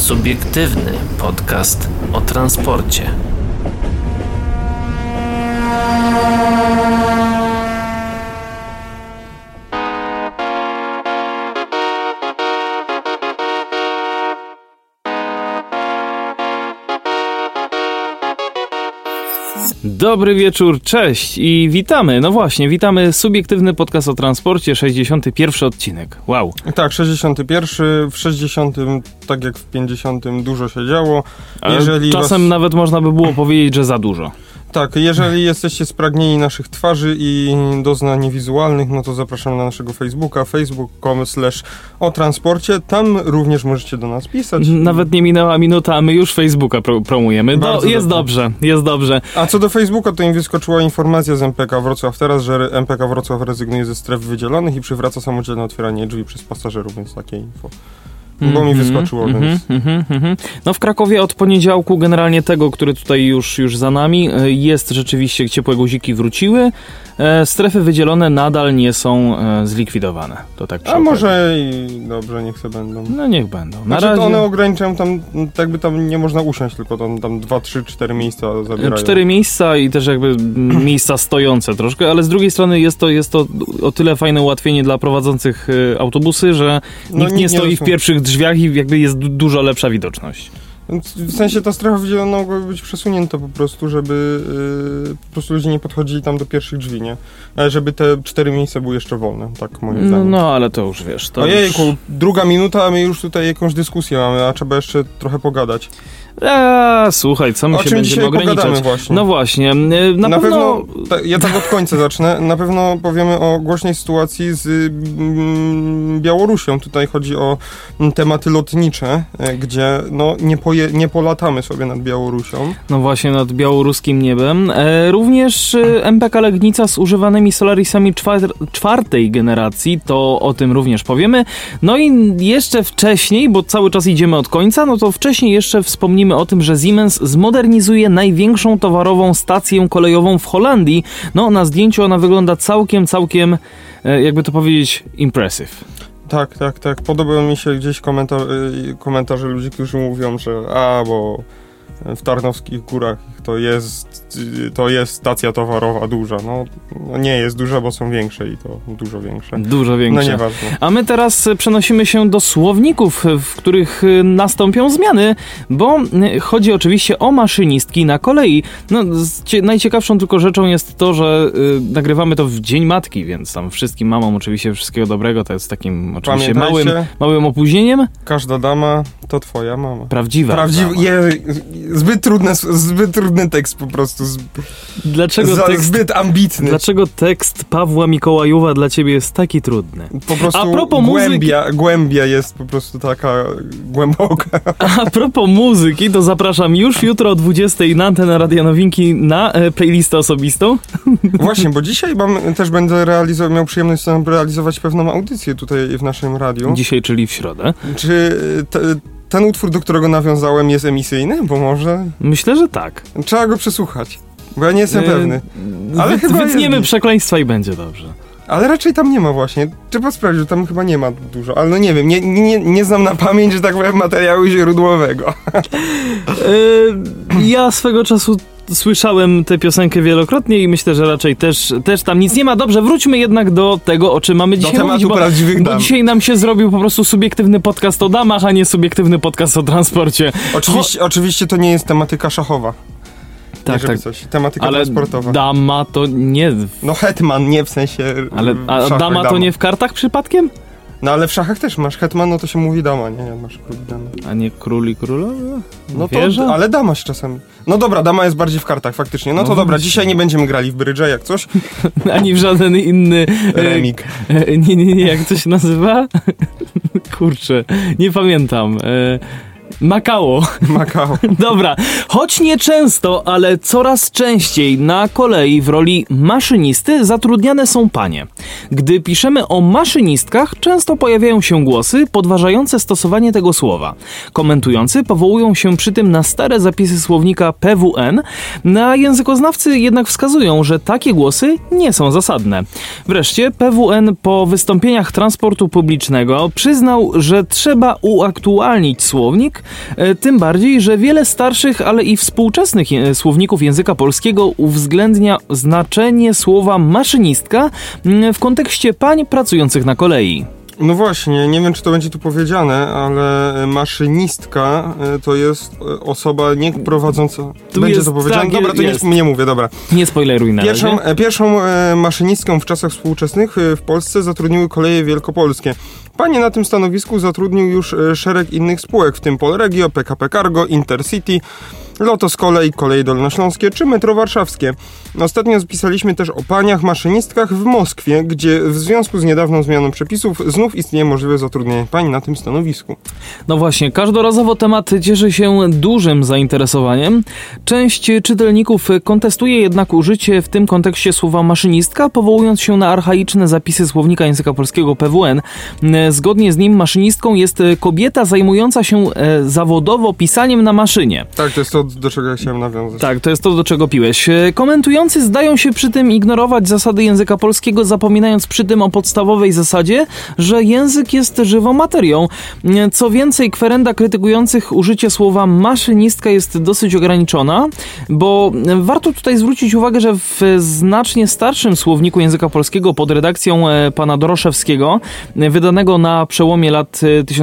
Subiektywny podcast o transporcie. Dobry wieczór, cześć i witamy. No właśnie, witamy Subiektywny podcast o transporcie, 61. odcinek. Wow. Tak, 61. W 60. tak jak w 50. dużo się działo. Czasem nawet można by było powiedzieć, że za dużo. Tak, jeżeli jesteście spragnieni naszych twarzy i doznań wizualnych, no to zapraszam na naszego Facebooka, facebook.com/o transporcie. Tam również możecie do nas pisać. Nawet nie minęła minuta, a my już Facebooka promujemy. No, jest dobrze, jest dobrze. A co do Facebooka, to im wyskoczyła informacja z MPK Wrocław teraz, że MPK Wrocław rezygnuje ze stref wydzielonych i przywraca samodzielne otwieranie drzwi przez pasażerów, więc takie info. Bo mi wyskoczyło, więc... No w Krakowie od poniedziałku generalnie tego, który tutaj już za nami, jest rzeczywiście, ciepłe guziki wróciły. Strefy wydzielone nadal nie są zlikwidowane. To tak a może i dobrze, niech se będą. No niech będą. Na razie... one ograniczają tam, jakby tam nie można usiąść, tylko tam 2, 3, 4 miejsca zabierają. 4 miejsca i też jakby miejsca stojące troszkę, ale z drugiej strony jest to o tyle fajne ułatwienie dla prowadzących autobusy, że nikt nie stoi w pierwszych drzwiach i jakby jest dużo lepsza widoczność. W sensie ta strefa wydzielona mogłaby być przesunięta po prostu, żeby po prostu ludzie nie podchodzili tam do pierwszych drzwi, nie? Ale żeby te 4 miejsca były jeszcze wolne, tak moim zdaniem. No ale to już wiesz. Ojejku, druga minuta, a my już tutaj jakąś dyskusję mamy, a trzeba jeszcze trochę pogadać. Słuchaj, co my się będziemy ograniczać? Właśnie. No właśnie, na pewno ja tak od końca zacznę. Na pewno powiemy o głośnej sytuacji z Białorusią. Tutaj chodzi o tematy lotnicze, gdzie no nie polatamy sobie nad Białorusią. No właśnie, nad białoruskim niebem. Również MPK Legnica z używanymi Solarisami czwartej generacji, to o tym również powiemy. No i jeszcze wcześniej, bo cały czas idziemy od końca, no to wcześniej jeszcze wspomnimy o tym, że Siemens zmodernizuje największą towarową stację kolejową w Holandii. No, na zdjęciu ona wygląda całkiem, jakby to powiedzieć, impressive. Tak. Podobały mi się gdzieś komentarze ludzi, którzy mówią, że bo w Tarnowskich Górach to jest stacja towarowa duża. No nie jest duża, bo są większe i to dużo większe. Dużo większe. No nieważne. A my teraz przenosimy się do słowników, w których nastąpią zmiany, bo chodzi oczywiście o maszynistki na kolei. No, najciekawszą tylko rzeczą jest to, że nagrywamy to w Dzień Matki, więc tam wszystkim mamom oczywiście wszystkiego dobrego. To jest takim oczywiście małym opóźnieniem. Każda dama to twoja mama. Prawdziwa dama. Zbyt trudny tekst po prostu. Zbyt ambitny. Dlaczego tekst Pawła Mikołajowa dla ciebie jest taki trudny? Po prostu głębia jest po prostu taka głęboka. A propos muzyki, to zapraszam już jutro o 20:00 na antenę Radia Nowinki na playlistę osobistą. Właśnie, bo dzisiaj też będę miał przyjemność realizować pewną audycję tutaj w naszym radiu. Dzisiaj, czyli w środę. Czy ten utwór, do którego nawiązałem, jest emisyjny? Bo może... Myślę, że tak. Trzeba go przesłuchać, bo ja nie jestem pewny. Ale wytniemy przekleństwa i będzie dobrze. Ale raczej tam nie ma właśnie. Trzeba sprawdzić, że tam chyba nie ma dużo. Ale no nie wiem, nie znam na pamięć, że tak powiem, materiału źródłowego. Ja swego czasu słyszałem tę piosenkę wielokrotnie i myślę, że raczej też tam nic nie ma. Dobrze, wróćmy jednak do tego, o czym mamy dzisiaj mówić, bo dzisiaj nam się zrobił po prostu subiektywny podcast o damach, a nie subiektywny podcast o transporcie. Oczywiście to nie jest tematyka szachowa. Tak. Tematyka transportowa. Dama to nie... No hetman, nie w sensie... A dama to nie w kartach przypadkiem? No ale w szachach też masz hetman, no to się mówi dama, nie masz król i dama. A nie król i królowa? No to, ale dama się czasem... No dobra, dama jest bardziej w kartach, faktycznie. No to dobra, dzisiaj nie będziemy grali w brydża, jak coś. Ani w żaden inny... Remik. Nie, jak to się nazywa? Kurczę, nie pamiętam. Makao. Dobra, choć nie często, ale coraz częściej na kolei w roli maszynisty zatrudniane są panie. Gdy piszemy o maszynistkach, często pojawiają się głosy podważające stosowanie tego słowa. Komentujący powołują się przy tym na stare zapisy słownika PWN, a językoznawcy jednak wskazują, że takie głosy nie są zasadne. Wreszcie PWN po wystąpieniach transportu publicznego przyznał, że trzeba uaktualnić słownik, Tym bardziej, że wiele starszych, ale i współczesnych słowników języka polskiego uwzględnia znaczenie słowa maszynistka w kontekście pań pracujących na kolei. No właśnie, nie wiem, czy to będzie tu powiedziane, ale maszynistka to jest osoba nie prowadząca... Będzie to powiedziane? Tak, dobra, to nie mówię, dobra. Nie spoileruj na razie. Pierwszą maszynistkę w czasach współczesnych w Polsce zatrudniły Koleje Wielkopolskie. Panie na tym stanowisku zatrudnił już szereg innych spółek, w tym Polregio, PKP Cargo, Intercity, Lotos Kolej, Koleje Dolnośląskie czy Metro Warszawskie. Ostatnio spisaliśmy też o paniach maszynistkach w Moskwie, gdzie w związku z niedawną zmianą przepisów znów istnieje możliwe zatrudnienie pań na tym stanowisku. No właśnie, każdorazowo temat cieszy się dużym zainteresowaniem. Część czytelników kontestuje jednak użycie w tym kontekście słowa maszynistka, powołując się na archaiczne zapisy słownika języka polskiego PWN. Zgodnie z nim maszynistką jest kobieta zajmująca się zawodowo pisaniem na maszynie. Tak, to jest to, do czego ja chciałem nawiązać. Tak, to jest to, do czego piłeś. Komentujący zdają się przy tym ignorować zasady języka polskiego, zapominając przy tym o podstawowej zasadzie, że język jest żywą materią. Co więcej, kwerenda krytykujących użycie słowa maszynistka jest dosyć ograniczona, bo warto tutaj zwrócić uwagę, że w znacznie starszym słowniku języka polskiego pod redakcją pana Doroszewskiego, wydanego na przełomie lat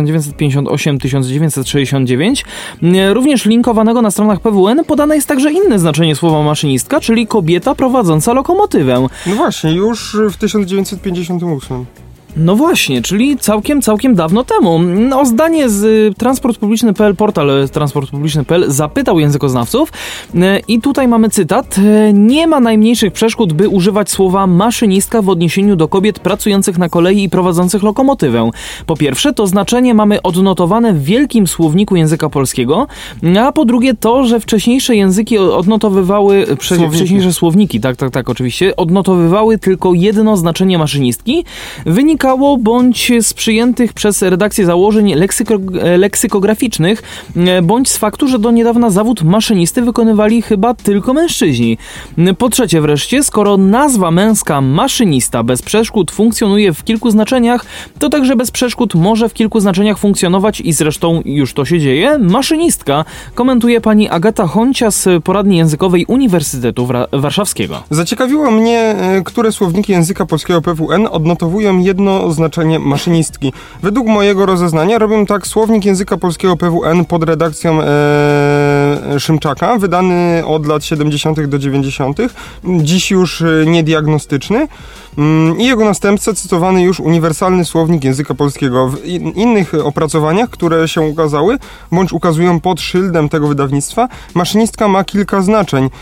1958-1969, również linkowanego na stronach PWN, podane jest także inne znaczenie słowa maszynistka, czyli kobieta prowadząca lokomotywę. No właśnie, już w 1958. No właśnie, czyli całkiem dawno temu. O zdanie z transportpubliczny.pl, portal transportpubliczny.pl zapytał językoznawców i tutaj mamy cytat. Nie ma najmniejszych przeszkód, by używać słowa maszynistka w odniesieniu do kobiet pracujących na kolei i prowadzących lokomotywę. Po pierwsze, to znaczenie mamy odnotowane w wielkim słowniku języka polskiego, a po drugie to, że wcześniejsze języki odnotowywały, wcześniejsze słowniki, tak, oczywiście, odnotowywały tylko jedno znaczenie maszynistki, wynikało bądź z przyjętych przez redakcję założeń leksykograficznych, bądź z faktu, że do niedawna zawód maszynisty wykonywali chyba tylko mężczyźni. Po trzecie wreszcie, skoro nazwa męska maszynista bez przeszkód funkcjonuje w kilku znaczeniach, to także bez przeszkód może w kilku znaczeniach funkcjonować i zresztą już to się dzieje, maszynistka, komentuje pani Agata Honcia z poradni językowej Uniwersytetu Warszawskiego. Zaciekawiło mnie, które słowniki języka polskiego PWN odnotowują jedno znaczenie maszynistki. Według mojego rozeznania robią tak słownik języka polskiego PWN pod redakcją Szymczaka, wydany od lat 70. do 90., dziś już niediagnostyczny, i jego następca cytowany już uniwersalny słownik języka polskiego. W innych opracowaniach, które się ukazały, bądź ukazują pod szyldem tego wydawnictwa, maszynistka ma kilka znaczeń.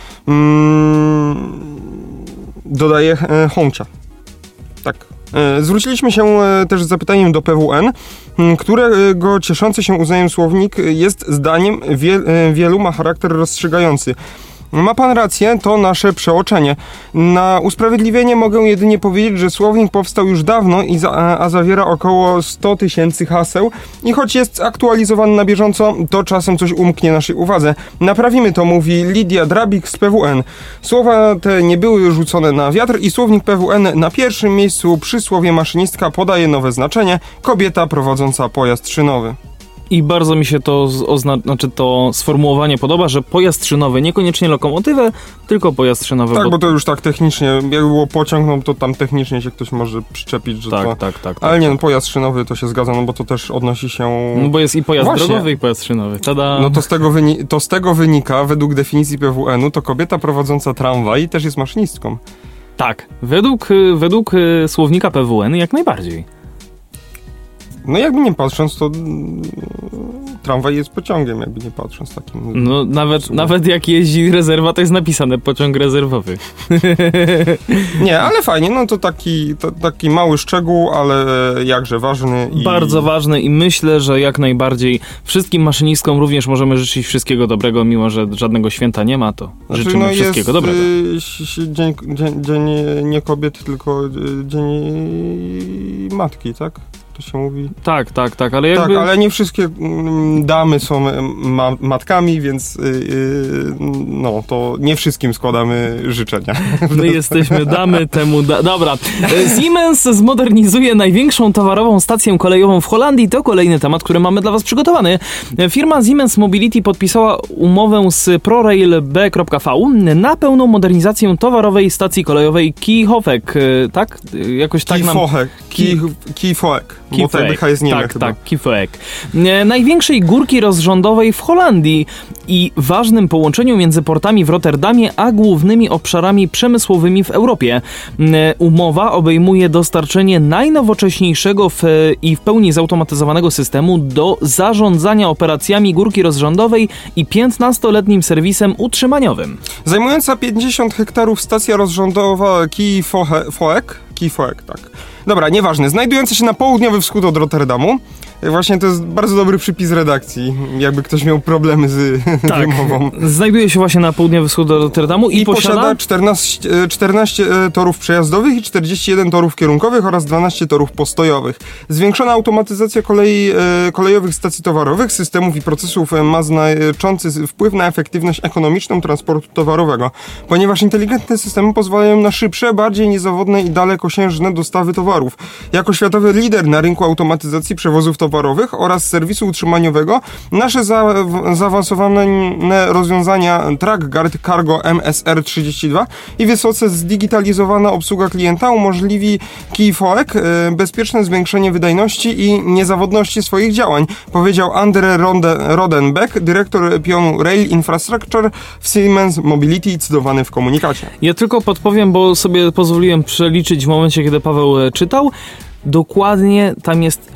Dodaje Honcia. Tak. Zwróciliśmy się też z zapytaniem do PWN, którego cieszący się uznaniem słownik jest zdaniem wielu ma charakter rozstrzygający. Ma pan rację, to nasze przeoczenie. Na usprawiedliwienie mogę jedynie powiedzieć, że słownik powstał już dawno a zawiera około 100 000 haseł i choć jest aktualizowany na bieżąco, to czasem coś umknie naszej uwadze. Naprawimy to, mówi Lidia Drabik z PWN. Słowa te nie były rzucone na wiatr i słownik PWN na pierwszym miejscu przy słowie maszynistka podaje nowe znaczenie: kobieta prowadząca pojazd szynowy. I bardzo mi się to sformułowanie podoba, że pojazd szynowy, niekoniecznie lokomotywę, tylko pojazd szynowy. Tak, bo to już tak technicznie, jakby było pociąg, no to tam technicznie się ktoś może przyczepić, że tak. Ale nie, no pojazd szynowy to się zgadza, no bo to też odnosi się... No bo jest i pojazd drogowy, i pojazd szynowy. Tada! No to z tego wynika, według definicji PWN-u, to kobieta prowadząca tramwaj też jest maszynistką. Tak, według słownika PWN jak najbardziej. No jakby nie patrząc, to tramwaj jest pociągiem, jakby nie patrząc takim... No nawet jak jeździ rezerwa, to jest napisane pociąg rezerwowy. Nie, ale fajnie, no to taki mały szczegół, ale jakże ważny. Bardzo ważny i myślę, że jak najbardziej wszystkim maszynistkom również możemy życzyć wszystkiego dobrego, mimo że żadnego święta nie ma, to życzymy wszystkiego dobrego. Dzień nie kobiet, tylko dzień matki, tak? to się mówi? Tak, ale jakby... Tak, ale nie wszystkie damy są matkami, więc no, to nie wszystkim składamy życzenia. My jesteśmy damy temu... Dobra. Siemens zmodernizuje największą towarową stację kolejową w Holandii. To kolejny temat, który mamy dla was przygotowany. Firma Siemens Mobility podpisała umowę z ProRail B.V na pełną modernizację towarowej stacji kolejowej Kiefhoek, tak? Jakoś tak nam... Kiefhoek, bo tak BH jest Niemiec chyba. Tak, Kiefhoek. Największej górki rozrządowej w Holandii i ważnym połączeniu między portami w Rotterdamie a głównymi obszarami przemysłowymi w Europie. Umowa obejmuje dostarczenie najnowocześniejszego i w pełni zautomatyzowanego systemu do zarządzania operacjami górki rozrządowej i 15-letnim serwisem utrzymaniowym. Zajmująca 50 hektarów stacja rozrządowa Kiefhoek, tak. Dobra, nieważne. Znajdująca się na południowy wschód od Rotterdamu. Właśnie to jest bardzo dobry przypis redakcji, jakby ktoś miał problemy z wymową. Znajduje się właśnie na południowy wschód od Rotterdamu i posiada 14 torów przejazdowych i 41 torów kierunkowych oraz 12 torów postojowych. Zwiększona automatyzacja kolejowych stacji towarowych, systemów i procesów ma znaczący wpływ na efektywność ekonomiczną transportu towarowego, ponieważ inteligentne systemy pozwalają na szybsze, bardziej niezawodne i dalekosiężne dostawy towarów. Jako światowy lider na rynku automatyzacji przewozów towarowych oraz serwisu utrzymaniowego, nasze zaawansowane rozwiązania TrackGuard Cargo MSR32 i wysoce zdigitalizowana obsługa klienta umożliwi Kiefhoek bezpieczne zwiększenie wydajności i niezawodności swoich działań, powiedział Andre Rodenbeck, dyrektor pionu Rail Infrastructure w Siemens Mobility, cytowany w komunikacie. Ja tylko podpowiem, bo sobie pozwoliłem przeliczyć w momencie, kiedy Paweł czytał. Dokładnie tam jest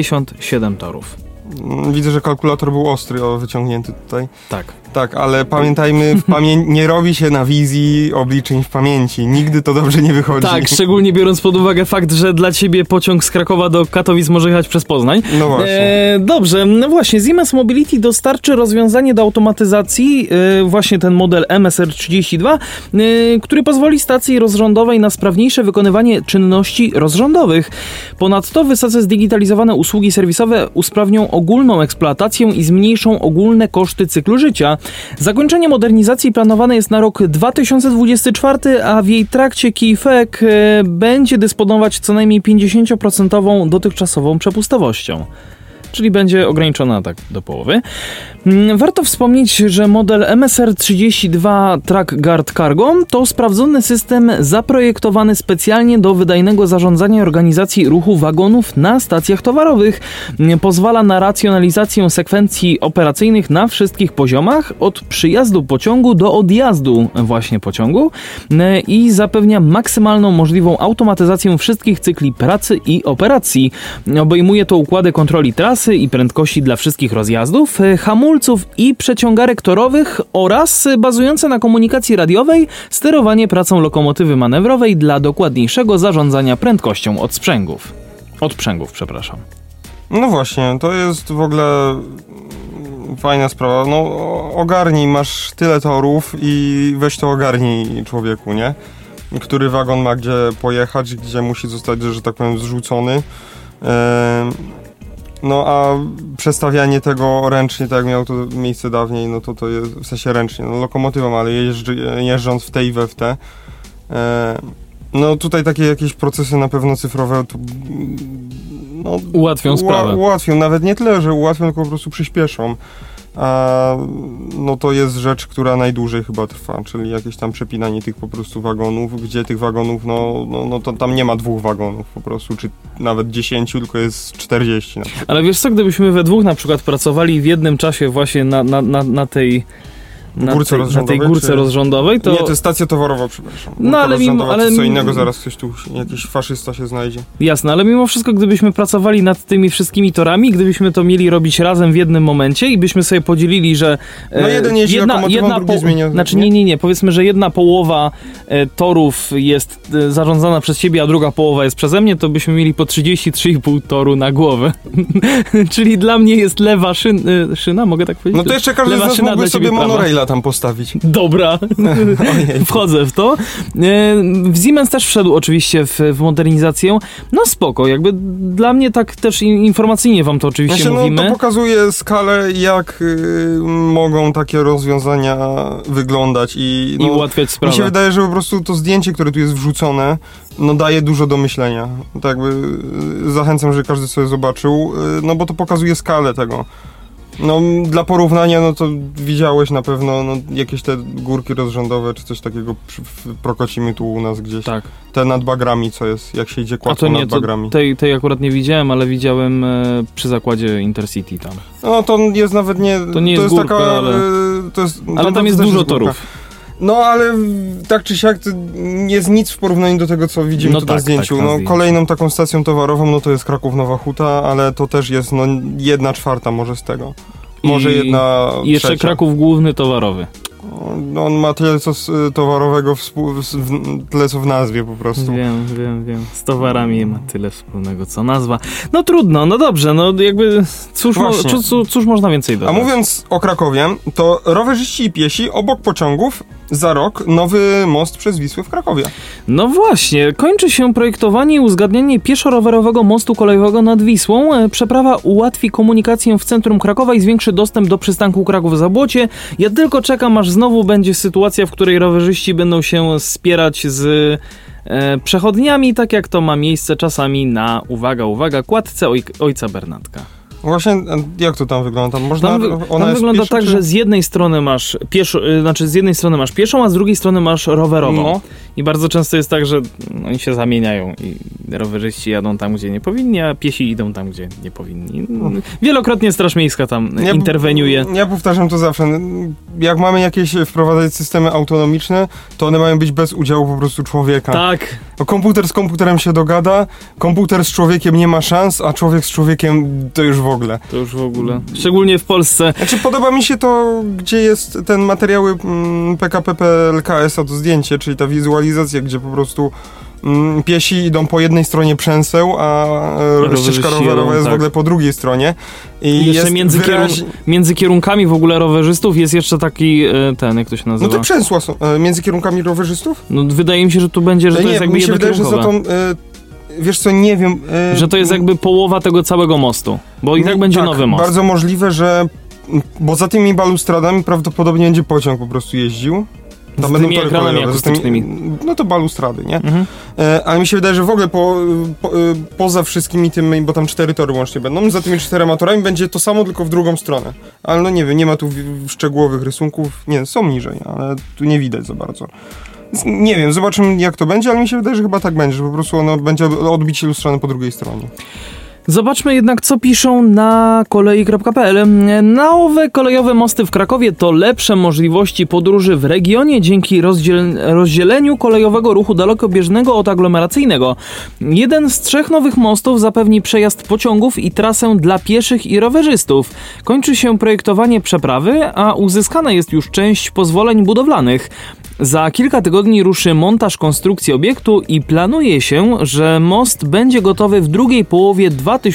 67 torów. Widzę, że kalkulator był ostry, wyciągnięty tutaj. Tak, ale pamiętajmy, nie robi się na wizji obliczeń w pamięci. Nigdy to dobrze nie wychodzi. Tak, szczególnie biorąc pod uwagę fakt, że dla ciebie pociąg z Krakowa do Katowic może jechać przez Poznań. No właśnie. Dobrze, no właśnie, Siemens Mobility dostarczy rozwiązanie do automatyzacji, właśnie ten model MSR32, który pozwoli stacji rozrządowej na sprawniejsze wykonywanie czynności rozrządowych. Ponadto wysoce zdigitalizowane usługi serwisowe usprawnią ogólną eksploatację i zmniejszą ogólne koszty cyklu życia. Zakończenie modernizacji planowane jest na rok 2024, a w jej trakcie Kiefhoek będzie dysponować co najmniej 50% dotychczasową przepustowością. Czyli będzie ograniczona tak do połowy. Warto wspomnieć, że model MSR32 TrackGuard Cargo to sprawdzony system zaprojektowany specjalnie do wydajnego zarządzania i organizacji ruchu wagonów na stacjach towarowych. Pozwala na racjonalizację sekwencji operacyjnych na wszystkich poziomach, od przyjazdu pociągu do odjazdu właśnie pociągu i zapewnia maksymalną możliwą automatyzację wszystkich cykli pracy i operacji. Obejmuje to układy kontroli trasy i prędkości dla wszystkich rozjazdów, hamulców i przeciągarek torowych oraz bazujące na komunikacji radiowej sterowanie pracą lokomotywy manewrowej dla dokładniejszego zarządzania prędkością odprzęgów, przepraszam. No właśnie, to jest w ogóle fajna sprawa. No ogarnij, masz tyle torów i weź to ogarnij, człowieku, nie? Który wagon ma gdzie pojechać, gdzie musi zostać, że tak powiem, zrzucony. No a przestawianie tego ręcznie, tak jak miało to miejsce dawniej, no to jest w sensie ręcznie, no lokomotywą, ale jeżdżąc w te i we w te. No tutaj takie jakieś procesy na pewno cyfrowe to, no, ułatwią sprawę. Ułatwią, nawet nie tyle, że ułatwią, tylko po prostu przyspieszą. A no to jest rzecz, która najdłużej chyba trwa, czyli jakieś tam przepinanie tych po prostu wagonów, gdzie tych wagonów, no to tam nie ma 2 wagonów po prostu, czy nawet 10, tylko jest 40 na przykład. Ale wiesz co, gdybyśmy we 2 na przykład pracowali w jednym czasie właśnie na tej górce rozrządowej, to... Nie, to jest stacja towarowa, przepraszam. No ale co innego, zaraz ktoś tu, jakiś faszysta się znajdzie. Jasne, ale mimo wszystko, gdybyśmy pracowali nad tymi wszystkimi torami, gdybyśmy to mieli robić razem w jednym momencie i byśmy sobie podzielili, że... No jeden jeździ lokomotywą, drugi zmienia... Znaczy nie, powiedzmy, że jedna połowa torów jest zarządzana przez ciebie, a druga połowa jest przeze mnie, to byśmy mieli po 33,5 toru na głowę. Czyli dla mnie jest lewa szyna, mogę tak powiedzieć? No to jeszcze każdy z nas mógłby sobie monoraila windmilla tam postawić. Dobra, wchodzę w to. Siemens też wszedł oczywiście w modernizację. No spoko, jakby dla mnie tak też informacyjnie wam to oczywiście mówimy. To pokazuje skalę, jak mogą takie rozwiązania wyglądać i ułatwiać sprawę. Mi się wydaje, że po prostu to zdjęcie, które tu jest wrzucone, daje dużo do myślenia. Tak jakby zachęcam, że każdy sobie zobaczył, bo to pokazuje skalę tego. Dla porównania, to widziałeś na pewno jakieś te górki rozrządowe, czy coś takiego w Prokocimy tu u nas gdzieś. Tak. Te nad bagrami, co jest, jak się idzie kładką nad bagrami. Tej akurat nie widziałem, ale widziałem przy zakładzie Intercity tam. To jest nawet nie... To nie jest górka, taka, ale... ale tam jest dużo torów. Ale tak czy siak to nie jest nic w porównaniu do tego, co widzimy tu na zdjęciu. Kolejną taką stacją towarową, to jest Kraków Nowa Huta, ale to też jest 1/4 może z tego. Może 1/3. I jeszcze Kraków Główny Towarowy. On ma tyle co towarowego, tyle co w nazwie po prostu. Wiem. Z towarami ma tyle wspólnego co nazwa. Trudno, dobrze, jakby cóż można więcej dodać. A mówiąc o Krakowie, to rowerzyści i piesi obok pociągów za rok nowy most przez Wisłę w Krakowie. No właśnie, kończy się projektowanie i uzgadnianie pieszo-rowerowego mostu kolejowego nad Wisłą. Przeprawa ułatwi komunikację w centrum Krakowa i zwiększy dostęp do przystanku Kraków-Zabłocie. Ja tylko czekam, aż znowu będzie sytuacja, w której rowerzyści będą się spierać z przechodniami, tak jak to ma miejsce czasami na, uwaga, kładce ojca Bernardka. Właśnie, jak to tam wygląda? Tam wygląda tak, że z jednej strony masz pieszą, a z drugiej strony masz rowerową. I bardzo często jest tak, że oni się zamieniają i rowerzyści jadą tam, gdzie nie powinni, a piesi idą tam, gdzie nie powinni. Wielokrotnie Straż Miejska tam interweniuje. Ja powtarzam to zawsze. Jak mamy jakieś wprowadzać systemy autonomiczne, to one mają być bez udziału po prostu człowieka. Tak. Komputer z komputerem się dogada, komputer z człowiekiem nie ma szans, a człowiek z człowiekiem to już w ogóle. Szczególnie w Polsce. Podoba mi się to, gdzie jest ten materiały PKP PLKS-a, to zdjęcie, czyli ta wizualizacja, gdzie po prostu piesi idą po jednej stronie przęseł, a ścieżka rowerowa jest w ogóle po drugiej stronie. I jeszcze między kierunkami w ogóle rowerzystów jest jeszcze taki jak to się nazywa? Te przęsła są między kierunkami rowerzystów? Wydaje mi się, że tu będzie, że to jest jakby jednokierunkowe. Mi się wydaje, że za tą... Wiesz co, nie wiem... że to jest jakby połowa tego całego mostu, bo i tak będzie nowy most. Bardzo możliwe, że... Bo za tymi balustradami prawdopodobnie będzie pociąg po prostu jeździł. Tam z tymi ekranami akustycznymi. To balustrady, nie? Ale mi się wydaje, że w ogóle poza wszystkimi tymi, bo tam 4 tory łącznie będą, za tymi 4 torami będzie to samo, tylko w drugą stronę. Ale nie wiem, nie ma tu szczegółowych rysunków. Nie, są niżej, ale tu nie widać za bardzo. Nie wiem, zobaczymy jak to będzie, ale mi się wydaje, że chyba tak będzie, że po prostu ono będzie odbicie lustrzane po drugiej stronie. Zobaczmy jednak, co piszą na kolei.pl. Nowe kolejowe mosty w Krakowie to lepsze możliwości podróży w regionie dzięki rozdzieleniu kolejowego ruchu dalekobieżnego od aglomeracyjnego. Jeden z 3 nowych mostów zapewni przejazd pociągów i trasę dla pieszych i rowerzystów. Kończy się projektowanie przeprawy, a uzyskana jest już część pozwoleń budowlanych. Za kilka tygodni ruszy montaż konstrukcji obiektu i planuje się, że most będzie gotowy w drugiej połowie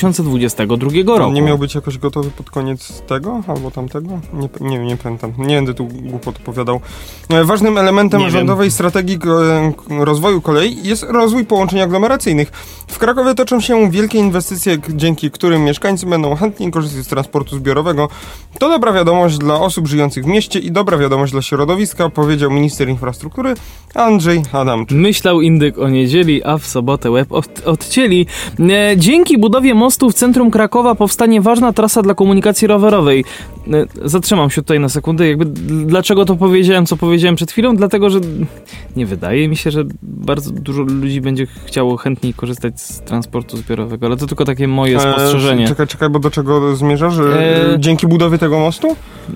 2022 roku. On nie miał być jakoś gotowy pod koniec tego albo tamtego? Nie pamiętam. Nie będę tu głupot opowiadał. Ważnym elementem rządowej strategii rozwoju kolei jest rozwój połączeń aglomeracyjnych. W Krakowie toczą się wielkie inwestycje, dzięki którym mieszkańcy będą chętniej korzystać z transportu zbiorowego. To dobra wiadomość dla osób żyjących w mieście i dobra wiadomość dla środowiska, powiedział minister infrastruktury Andrzej Adamczyk. Myślał indyk o niedzieli, a w sobotę łeb odcięli. Dzięki budowie mostu w centrum Krakowa powstanie ważna trasa dla komunikacji rowerowej. Zatrzymam się tutaj na sekundę. Dlaczego to powiedziałem, co powiedziałem przed chwilą? Dlatego, że nie wydaje mi się, że bardzo dużo ludzi będzie chciało chętniej korzystać z transportu zbiorowego, ale to tylko takie moje spostrzeżenie. Czekaj, bo do czego zmierzasz? Dzięki budowie tego mostu?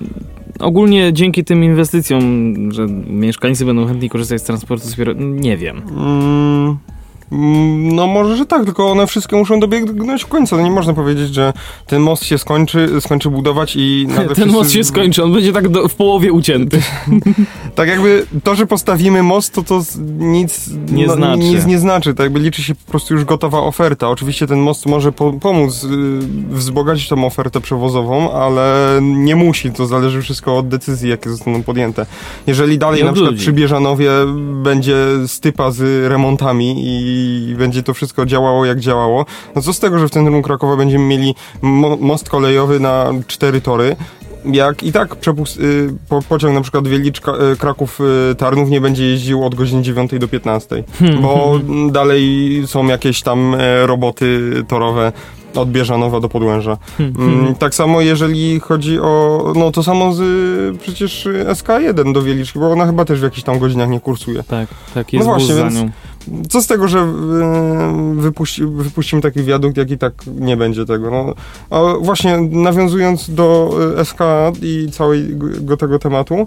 Ogólnie dzięki tym inwestycjom, że mieszkańcy będą chętniej korzystać z transportu zbiorowego, nie wiem. No może, że tak, tylko one wszystkie muszą dobiegnąć w końcu. No nie można powiedzieć, że ten most się skończy budować i nagle ten most się skończy, on będzie tak w połowie ucięty. Tak jakby to, że postawimy most, to nic nie znaczy. Tak jakby liczy się po prostu już gotowa oferta. Oczywiście ten most może pomóc wzbogacić tą ofertę przewozową, ale nie musi. To zależy wszystko od decyzji, jakie zostaną podjęte. Jeżeli dalej na przykład przy Bieżanowie będzie stypa z remontami i będzie to wszystko działało jak działało, no co z tego, że w centrum Krakowa będziemy mieli most kolejowy na 4 tory, jak i tak pociąg na przykład Kraków-Tarnów nie będzie jeździł od godziny 9 do 15, bo dalej są jakieś tam roboty torowe od Bieżanowa do Podłęża. Tak samo jeżeli chodzi o... No to samo przecież SK1 do Wieliczki, bo ona chyba też w jakichś tam godzinach nie kursuje. Tak jest właśnie, za nią. Co z tego, że wypuścimy taki wiadukt, jak i tak nie będzie tego. No, a właśnie nawiązując do SK i całego tego tematu,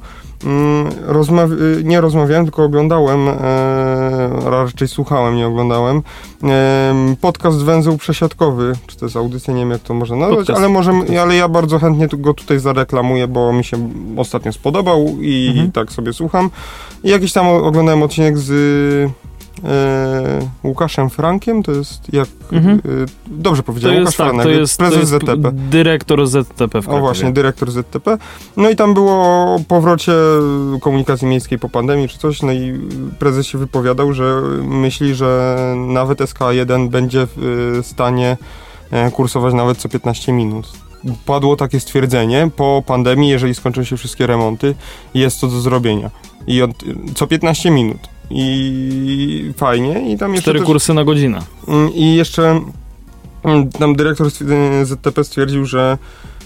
nie rozmawiałem, tylko oglądałem, raczej słuchałem, nie oglądałem, podcast Węzeł Przesiadkowy, czy to jest audycja, nie wiem jak to można nazwać, ale ja bardzo chętnie go tutaj zareklamuję, bo mi się ostatnio spodobał i tak sobie słucham. I jakiś tam oglądałem odcinek z Łukaszem Frankiem, to jest jak... dobrze powiedziałem, Łukasz Franek, prezes ZTP. Dyrektor ZTP w Krakowie. O właśnie, dyrektor ZTP. No i tam było o powrocie komunikacji miejskiej po pandemii czy coś, no i prezes się wypowiadał, że myśli, że nawet SK1 będzie w stanie kursować nawet co 15 minut. Padło takie stwierdzenie, po pandemii, jeżeli skończą się wszystkie remonty, jest to do zrobienia. I co 15 minut. I fajnie. I tam jeszcze 4 kursy na godzinę. I jeszcze tam dyrektor ZTP stwierdził, że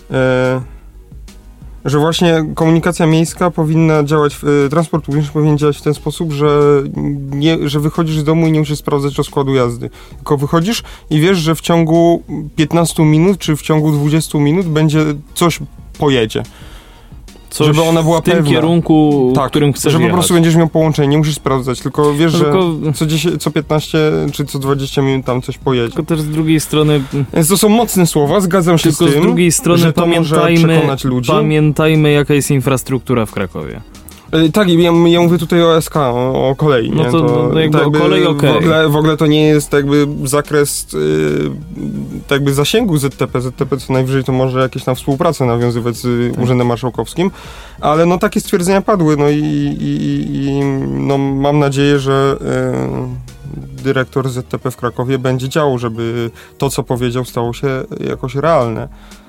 właśnie komunikacja miejska powinna działać, transport publiczny powinien działać w ten sposób, że wychodzisz z domu i nie musisz sprawdzać rozkładu jazdy. Tylko wychodzisz i wiesz, że w ciągu 15 minut czy w ciągu 20 minut coś pojedzie. Coś żeby ona była w tym pewna. Kierunku, w którym chcesz że jechać. po prostu będziesz miał połączenie, nie musisz sprawdzać, tylko wiesz, że co 15 czy co 20 minut tam coś pojedzie. Tylko też z drugiej strony... Więc to są mocne słowa, zgadzam się z tym, z drugiej strony że to może przekonać ludzi. Pamiętajmy, jaka jest infrastruktura w Krakowie. Tak, ja mówię tutaj o SK, o kolei. No nie? to jakby o kolei okej. W ogóle to nie jest jakby zakres jakby zasięgu ZTP. ZTP co najwyżej to może jakieś tam współpracę nawiązywać z Urzędem Marszałkowskim, ale no takie stwierdzenia padły, no i no mam nadzieję, że dyrektor ZTP w Krakowie będzie działał, żeby to, co powiedział, stało się jakoś realne.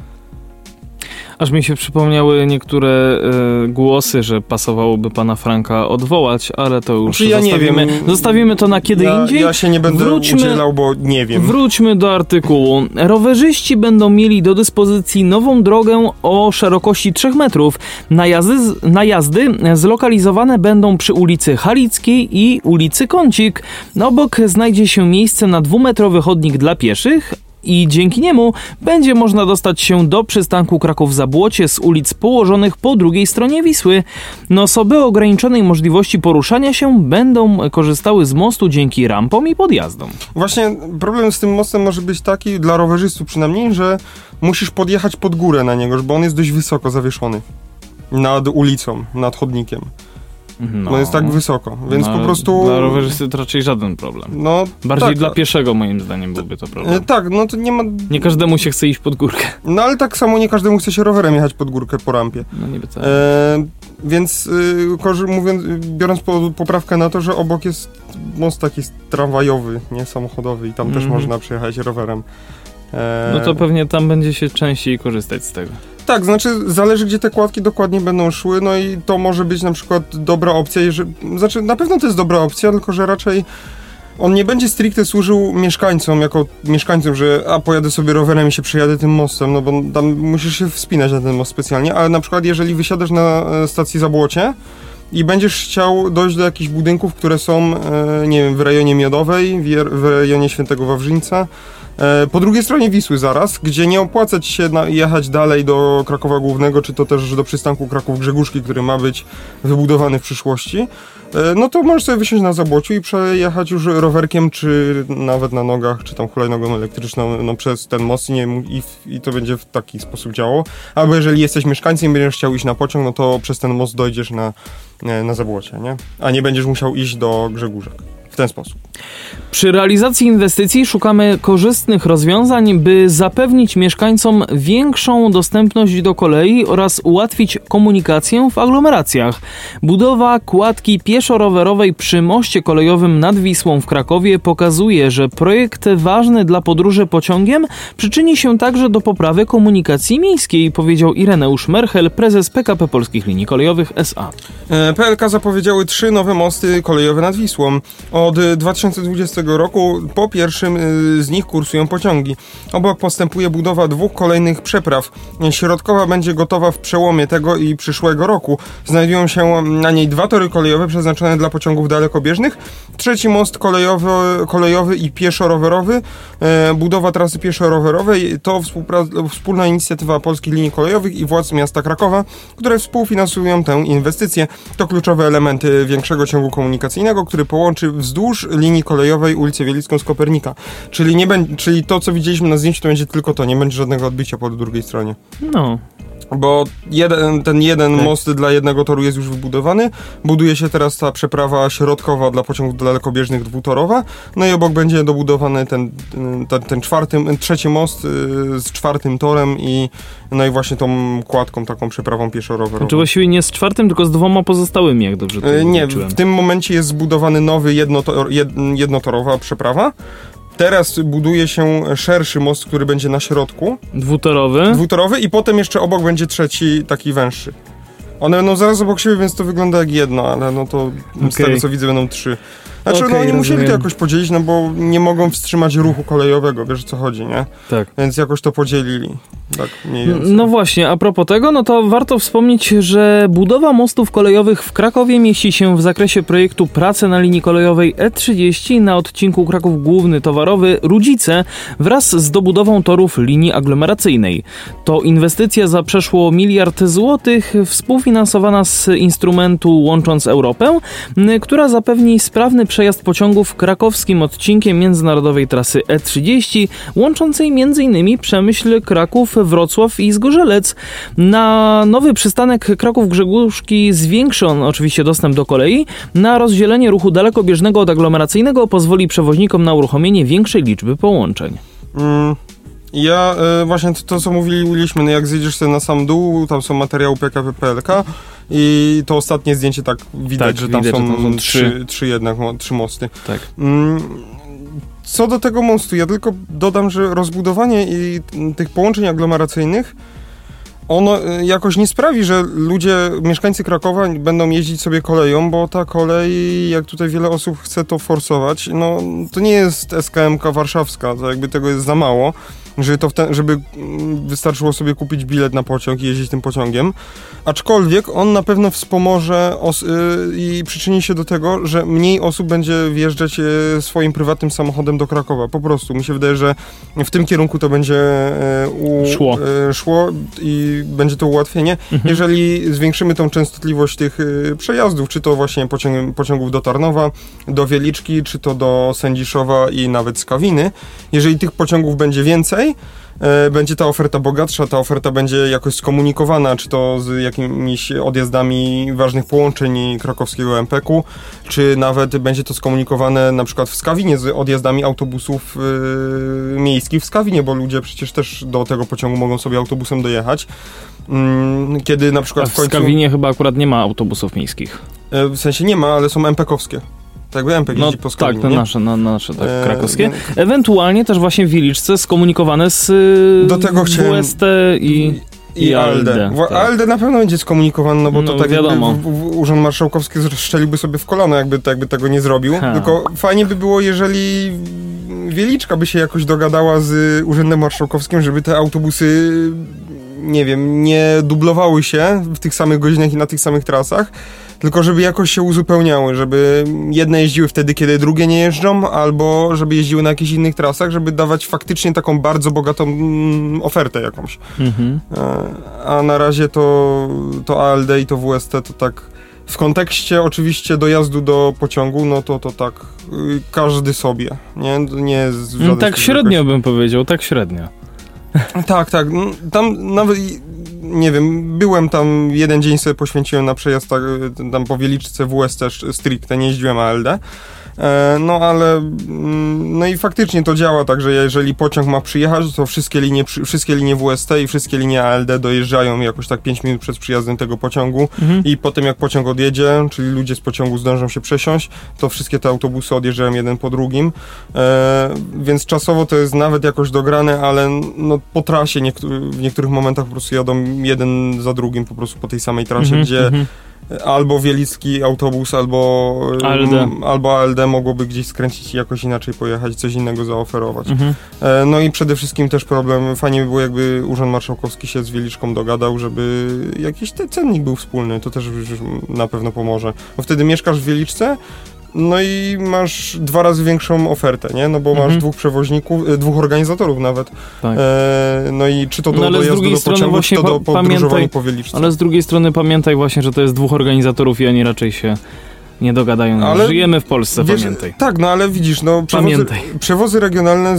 Aż mi się przypomniały niektóre głosy, że pasowałoby pana Franka odwołać, ale to już zostawimy to na kiedy indziej. Ja się nie będę udzielał, bo nie wiem. Wróćmy do artykułu. Rowerzyści będą mieli do dyspozycji nową drogę o szerokości 3 metrów. Najazdy zlokalizowane będą przy ulicy Halickiej i ulicy Kącik. Obok znajdzie się miejsce na 2-metrowy chodnik dla pieszych, i dzięki niemu będzie można dostać się do przystanku Kraków-Zabłocie z ulic położonych po drugiej stronie Wisły. Osoby o ograniczonej możliwości poruszania się będą korzystały z mostu dzięki rampom i podjazdom. Właśnie problem z tym mostem może być taki, dla rowerzystów przynajmniej, że musisz podjechać pod górę na niego, bo on jest dość wysoko zawieszony nad ulicą, nad chodnikiem. No jest tak wysoko, więc po prostu... Dla rowerzysty to raczej żaden problem. Bardziej dla pieszego moim zdaniem byłby to problem. Tak, no to nie ma... Nie każdemu się chce iść pod górkę. No ale tak samo nie każdemu chce się rowerem jechać pod górkę po rampie. No niby tak. Więc biorąc poprawkę na to, że obok jest most taki tramwajowy, nie samochodowy i tam też można przejechać rowerem. No to pewnie tam będzie się częściej korzystać z tego. Tak, znaczy zależy, gdzie te kładki dokładnie będą szły, no i to może być na przykład dobra opcja, na pewno to jest dobra opcja, tylko że raczej on nie będzie stricte służył mieszkańcom, że pojadę sobie rowerem i się przejadę tym mostem, no bo tam musisz się wspinać na ten most specjalnie, ale na przykład jeżeli wysiadasz na stacji Zabłocie i będziesz chciał dojść do jakichś budynków, które są, nie wiem, w rejonie Miodowej, w rejonie Świętego Wawrzyńca, Po drugiej stronie Wisły zaraz, gdzie nie opłaca ci się jechać dalej do Krakowa Głównego, czy to też do przystanku Kraków-Grzegórzki, który ma być wybudowany w przyszłości, no to możesz sobie wysiąść na Zabłociu i przejechać już rowerkiem, czy nawet na nogach, czy tam hulajnogą elektryczną, no przez ten most i to będzie w taki sposób działało. Albo jeżeli jesteś mieszkańcem i będziesz chciał iść na pociąg, no to przez ten most dojdziesz na Zabłocie, nie? A nie będziesz musiał iść do Grzegórzek. W ten sposób. Przy realizacji inwestycji szukamy korzystnych rozwiązań, by zapewnić mieszkańcom większą dostępność do kolei oraz ułatwić komunikację w aglomeracjach. Budowa kładki pieszo-rowerowej przy moście kolejowym nad Wisłą w Krakowie pokazuje, że projekt ważny dla podróży pociągiem przyczyni się także do poprawy komunikacji miejskiej, powiedział Ireneusz Merchel, prezes PKP Polskich Linii Kolejowych S.A. PLK zapowiedziały 3 nowe mosty kolejowe nad Wisłą. Od 2020 roku po pierwszym z nich kursują pociągi. Obok postępuje budowa 2 kolejnych przepraw. Środkowa będzie gotowa w przełomie tego i przyszłego roku. Znajdują się na niej 2 tory kolejowe przeznaczone dla pociągów dalekobieżnych. 3 most kolejowy i pieszo-rowerowy. Budowa trasy pieszo-rowerowej to wspólna inicjatywa Polskich Linii Kolejowych i władz miasta Krakowa, które współfinansują tę inwestycję. To kluczowe elementy większego ciągu komunikacyjnego, który połączy wzdłuż linii kolejowej ulicę Wielicką z Kopernika. Czyli to, co widzieliśmy na zdjęciu, to będzie tylko to, nie będzie żadnego odbicia po drugiej stronie. No. Bo ten jeden most dla jednego toru jest już wybudowany. Buduje się teraz ta przeprawa środkowa dla pociągów dalekobieżnych dwutorowa. No i obok będzie dobudowany ten trzeci most z 4 torem i właśnie tą kładką, taką przeprawą pieszo-rowerową. Znaczy właściwie nie z 4, tylko z 2 pozostałymi, jak dobrze to nie, w tym momencie jest zbudowany nowy jednotorowa przeprawa. Teraz buduje się szerszy most, który będzie na środku. Dwutorowy i potem jeszcze obok będzie trzeci, taki węższy. One będą zaraz obok siebie, więc to wygląda jak jedno, ale no to z tego co widzę będą 3. Znaczy, oni musieli to jakoś podzielić, no bo nie mogą wstrzymać ruchu kolejowego, wiesz o co chodzi, nie? Tak. Więc jakoś to podzielili. Tak mniej więcej. No właśnie, a propos tego, no to warto wspomnieć, że budowa mostów kolejowych w Krakowie mieści się w zakresie projektu prace na linii kolejowej E30 na odcinku Kraków Główny Towarowy Rudzice wraz z dobudową torów linii aglomeracyjnej. To inwestycja za przeszło 1 miliard złotych, współfinansowana z instrumentu Łącząc Europę, która zapewni sprawny przejazd pociągów krakowskim odcinkiem międzynarodowej trasy E30, łączącej m.in. Przemyśl, Kraków, Wrocław i Zgorzelec. Na nowy przystanek Kraków-Grzegórzki zwiększy on oczywiście dostęp do kolei. Na rozdzielenie ruchu dalekobieżnego od aglomeracyjnego pozwoli przewoźnikom na uruchomienie większej liczby połączeń. Ja właśnie to co mówiliśmy, no jak zjedziesz sobie na sam dół, tam są materiały PKP PLK i to ostatnie zdjęcie tak widać, że tam są trzy mosty. Tak. Co do tego mostu, ja tylko dodam, że rozbudowanie i tych połączeń aglomeracyjnych ono jakoś nie sprawi, że mieszkańcy Krakowa będą jeździć sobie koleją, bo ta kolej, jak tutaj wiele osób chce to forsować, no to nie jest SKM-ka warszawska, to jakby tego jest za mało, żeby wystarczyło sobie kupić bilet na pociąg i jeździć tym pociągiem. Aczkolwiek on na pewno wspomoże i przyczyni się do tego, że mniej osób będzie wjeżdżać swoim prywatnym samochodem do Krakowa. Po prostu. Mi się wydaje, że w tym kierunku to będzie szło i będzie to ułatwienie. Jeżeli zwiększymy tą częstotliwość tych przejazdów, czy to właśnie pociągów do Tarnowa, do Wieliczki, czy to do Sędziszowa i nawet Skawiny, jeżeli tych pociągów będzie więcej, będzie ta oferta bogatsza, ta oferta będzie jakoś skomunikowana, czy to z jakimiś odjazdami ważnych połączeń krakowskiego MPK-u, czy nawet będzie to skomunikowane na przykład w Skawinie z odjazdami autobusów miejskich w Skawinie, bo ludzie przecież też do tego pociągu mogą sobie autobusem dojechać. Kiedy na przykład w Skawinie chyba akurat nie ma autobusów miejskich. W sensie nie ma, ale są MPK-owskie. Tak by MPK jeździ po Skawinie, tak, nasze tak, krakowskie. Ewentualnie też właśnie w Wieliczce skomunikowane z do tego WST i ALD. Tak. ALD na pewno będzie skomunikowany, no bo to tak wiadomo. Urząd Marszałkowski szczeliłby sobie w kolano, jakby tego nie zrobił. Tylko fajnie by było, jeżeli Wieliczka by się jakoś dogadała z Urzędem Marszałkowskim, żeby te autobusy, nie wiem, nie dublowały się w tych samych godzinach i na tych samych trasach. tylko żeby jakoś się uzupełniały, żeby jedne jeździły wtedy, kiedy drugie nie jeżdżą, albo żeby jeździły na jakichś innych trasach, żeby dawać faktycznie taką bardzo bogatą ofertę jakąś. A na razie to ALD i to WST to tak w kontekście oczywiście dojazdu do pociągu, no to tak każdy sobie, nie jest no tak średnio bym powiedział, tak średnio. Tak, tam nawet, nie wiem, byłem tam jeden dzień sobie poświęciłem na przejazd tam po Wieliczce WST stricte, nie jeździłem ALD. No ale, no i faktycznie to działa tak, że jeżeli pociąg ma przyjechać, to wszystkie linie WST i wszystkie linie ALD dojeżdżają jakoś tak 5 minut przed przyjazdem tego pociągu i potem jak pociąg odjedzie, czyli ludzie z pociągu zdążą się przesiąść, to wszystkie te autobusy odjeżdżają jeden po drugim, więc czasowo to jest nawet jakoś dograne, ale no po trasie w niektórych momentach po prostu jadą jeden za drugim po prostu po tej samej trasie, gdzie albo wielicki autobus, albo ALD mogłoby gdzieś skręcić i jakoś inaczej pojechać, coś innego zaoferować. No i przede wszystkim też problem, fajnie by było, jakby Urząd Marszałkowski się z Wieliczką dogadał, żeby jakiś cennik był wspólny, to też już na pewno pomoże. Bo wtedy mieszkasz w Wieliczce, no i masz 2 razy większą ofertę, nie? No bo masz 2 przewoźników, 2 organizatorów nawet. Tak. No i czy to do dojazdu do pociągu, czy to do podróżowania po Wieliczce. Ale z drugiej strony pamiętaj właśnie, że to jest 2 organizatorów i oni raczej się nie dogadają. Żyjemy w Polsce, wiesz, pamiętaj. Tak, no ale widzisz, no przewozy regionalne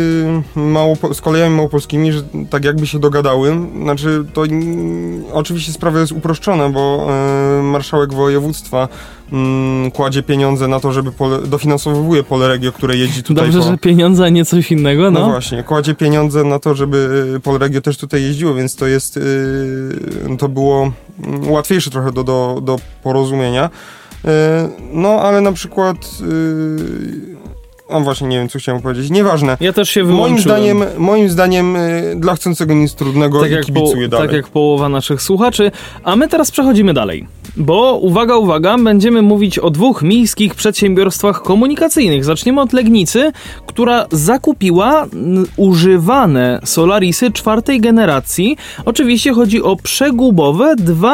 z kolejami małopolskimi, że tak jakby się dogadały, znaczy to oczywiście sprawa jest uproszczona, bo marszałek województwa kładzie pieniądze na to, żeby dofinansowuje Poleregio, które jeździ tutaj. Dobrze, że pieniądze, a nie coś innego, no. No właśnie, kładzie pieniądze na to, żeby Poleregio też tutaj jeździło, więc to jest, to było łatwiejsze trochę do porozumienia. No, ale na przykład właśnie nie wiem, co chciałem powiedzieć. Nieważne. Ja też się wyłączyłem. Moim zdaniem dla chcącego nic trudnego tak i kibicuję dalej. Tak jak połowa naszych słuchaczy. A my teraz przechodzimy dalej. Bo, uwaga, będziemy mówić o 2 miejskich przedsiębiorstwach komunikacyjnych. Zaczniemy od Legnicy, która zakupiła używane Solarisy 4. generacji. Oczywiście chodzi o przegubowe,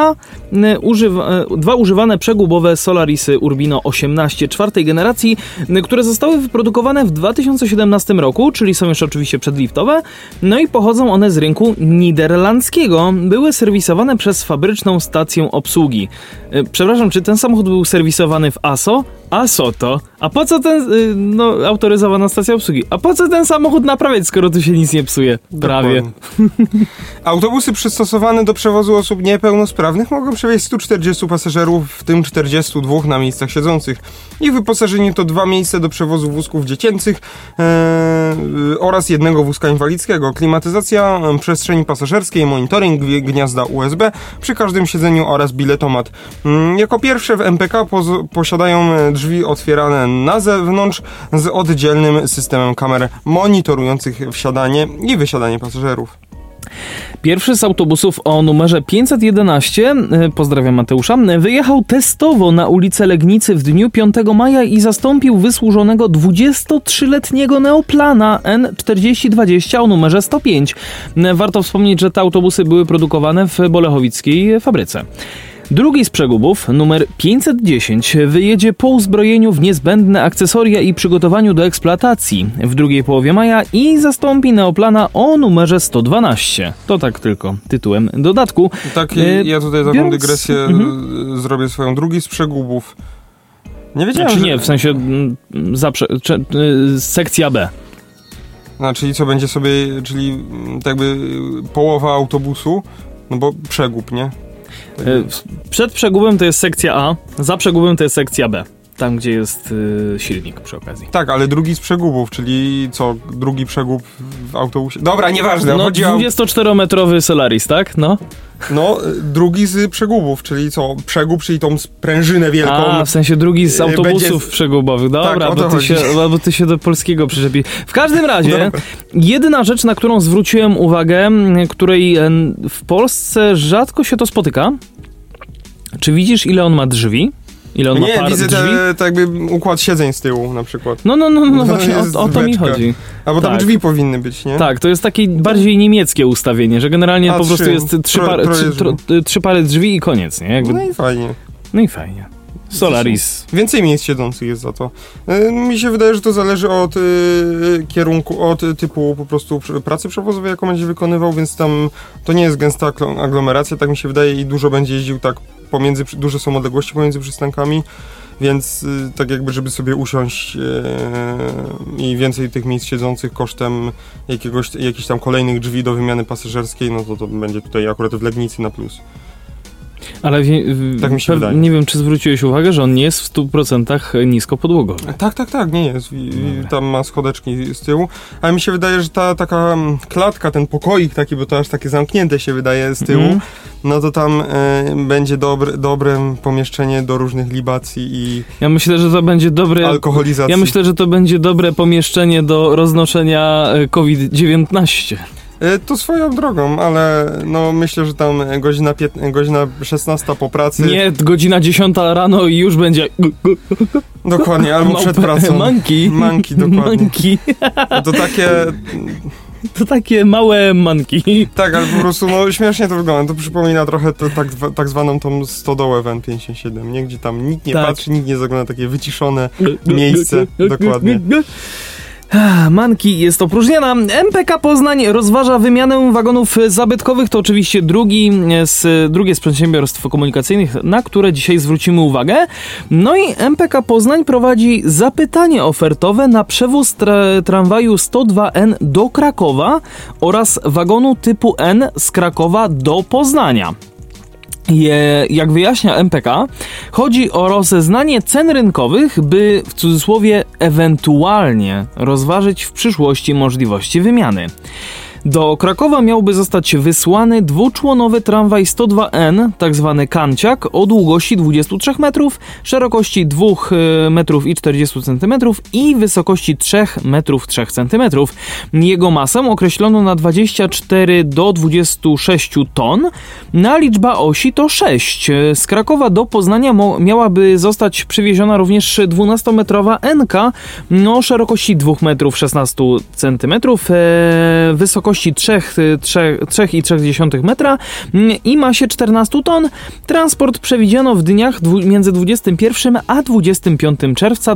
dwa używane przegubowe Solarisy Urbino 18 4. generacji, które zostały wyprodukowane w 2017 roku, czyli są już oczywiście przedliftowe. No i pochodzą one z rynku niderlandzkiego. Były serwisowane przez fabryczną stację obsługi. Przepraszam, czy ten samochód był serwisowany w ASO? ASO to? A po co ten, autoryzowana stacja obsługi? A po co ten samochód naprawiać, skoro tu się nic nie psuje? Prawie. Autobusy przystosowane do przewozu osób niepełnosprawnych mogą przewieźć 140 pasażerów, w tym 42 na miejscach siedzących. Ich wyposażenie to 2 miejsca do przewozu wózków dziecięcych oraz 1 wózka inwalidzkiego. Klimatyzacja przestrzeni pasażerskiej, monitoring gniazda USB przy każdym siedzeniu oraz biletomat. Jako pierwsze w MPK posiadają drzwi otwierane na zewnątrz z oddzielnym systemem kamer monitorujących wsiadanie i wysiadanie pasażerów. Pierwszy z autobusów o numerze 511, pozdrawiam Mateusza, wyjechał testowo na ulicę Legnicy w dniu 5 maja i zastąpił wysłużonego 23-letniego Neoplana N4020 o numerze 105. Warto wspomnieć, że te autobusy były produkowane w bolechowickiej fabryce. Drugi z przegubów, numer 510, wyjedzie po uzbrojeniu w niezbędne akcesoria i przygotowaniu do eksploatacji w drugiej połowie maja i zastąpi Neoplana o numerze 112. To tak tylko tytułem dodatku. Tak, ja tutaj taką dygresję zrobię swoją. Drugi z przegubów. Nie wiedziałem, znaczy nie, w sensie sekcja B. Czyli co będzie sobie, czyli tak jakby połowa autobusu, no bo przegub, nie? Przed przegubem to jest sekcja A, za przegubem to jest sekcja B. Tam, gdzie jest silnik przy okazji. Tak, ale drugi z przegubów, czyli co? Drugi przegub w autobusie? Dobra, nieważne. No, 24-metrowy Solaris, tak? No, drugi z przegubów, czyli co? Przegub, czyli tą sprężynę wielką. A, w sensie drugi z autobusów przegubowych. Dobra, tak, bo ty się do polskiego przyczepi. W każdym razie, jedyna rzecz, na którą zwróciłem uwagę, której w Polsce rzadko się to spotyka. Czy widzisz, ile on ma drzwi? Ile on ma par widzę drzwi? Tak jakby układ siedzeń z tyłu na przykład. No właśnie o to mi chodzi. Albo tam drzwi powinny być, nie? Tak, to jest takie bardziej niemieckie ustawienie, że generalnie po prostu jest 3 pary drzwi i koniec, nie? No i fajnie. No i fajnie. Solaris. Więcej miejsc siedzących jest za to. Mi się wydaje, że to zależy od kierunku, od typu po prostu pracy przewozowej, jaką będzie wykonywał, więc tam to nie jest gęsta aglomeracja, tak mi się wydaje, i dużo będzie jeździł tak duże są odległości pomiędzy przystankami, więc tak jakby, żeby sobie usiąść i więcej tych miejsc siedzących kosztem jakichś tam kolejnych drzwi do wymiany pasażerskiej, no to będzie tutaj akurat w Legnicy na plus. Ale tak mi się wydaje. Nie wiem, czy zwróciłeś uwagę, że on nie jest w 100% niskopodłogowy. Tak, nie jest. Tam ma schodeczki z tyłu, ale mi się wydaje, że ta taka klatka, ten pokoik taki, bo to aż takie zamknięte się wydaje z tyłu, no to tam będzie dobre pomieszczenie do różnych libacji i ja myślę, że to będzie dobre alkoholizacji. Ja myślę, że to będzie dobre pomieszczenie do roznoszenia COVID-19. To swoją drogą, ale no myślę, że tam godzina 16 po pracy. Nie, godzina 10 rano i już będzie. Dokładnie, albo przed pracą. Manki, dokładnie. Manki. To takie małe manki. Tak, ale po prostu no śmiesznie to wygląda. To przypomina trochę tak zwaną tą stodołę w N57, nie? Gdzie tam nikt nie patrzy, nikt nie zagląda, takie wyciszone miejsce. Dokładnie. Manki jest opróżniona. MPK Poznań rozważa wymianę wagonów zabytkowych. To oczywiście drugie z przedsiębiorstw komunikacyjnych, na które dzisiaj zwrócimy uwagę. No i MPK Poznań prowadzi zapytanie ofertowe na przewóz tramwaju 102N do Krakowa oraz wagonu typu N z Krakowa do Poznania. Jak wyjaśnia MPK, chodzi o rozeznanie cen rynkowych, by w cudzysłowie ewentualnie rozważyć w przyszłości możliwości wymiany. Do Krakowa miałby zostać wysłany dwuczłonowy tramwaj 102N, tzw. kanciak, o długości 23 metrów, szerokości 2 metrów i 40 centymetrów i wysokości 3 metrów 3 centymetrów. Jego masę określono na 24 do 26 ton, a liczba osi to 6. Z Krakowa do Poznania miałaby zostać przywieziona również 12-metrowa NK o szerokości 2 metrów 16 centymetrów, wysokości 3,3 metra i masie 14 ton. Transport przewidziano w dniach między 21 a 25 czerwca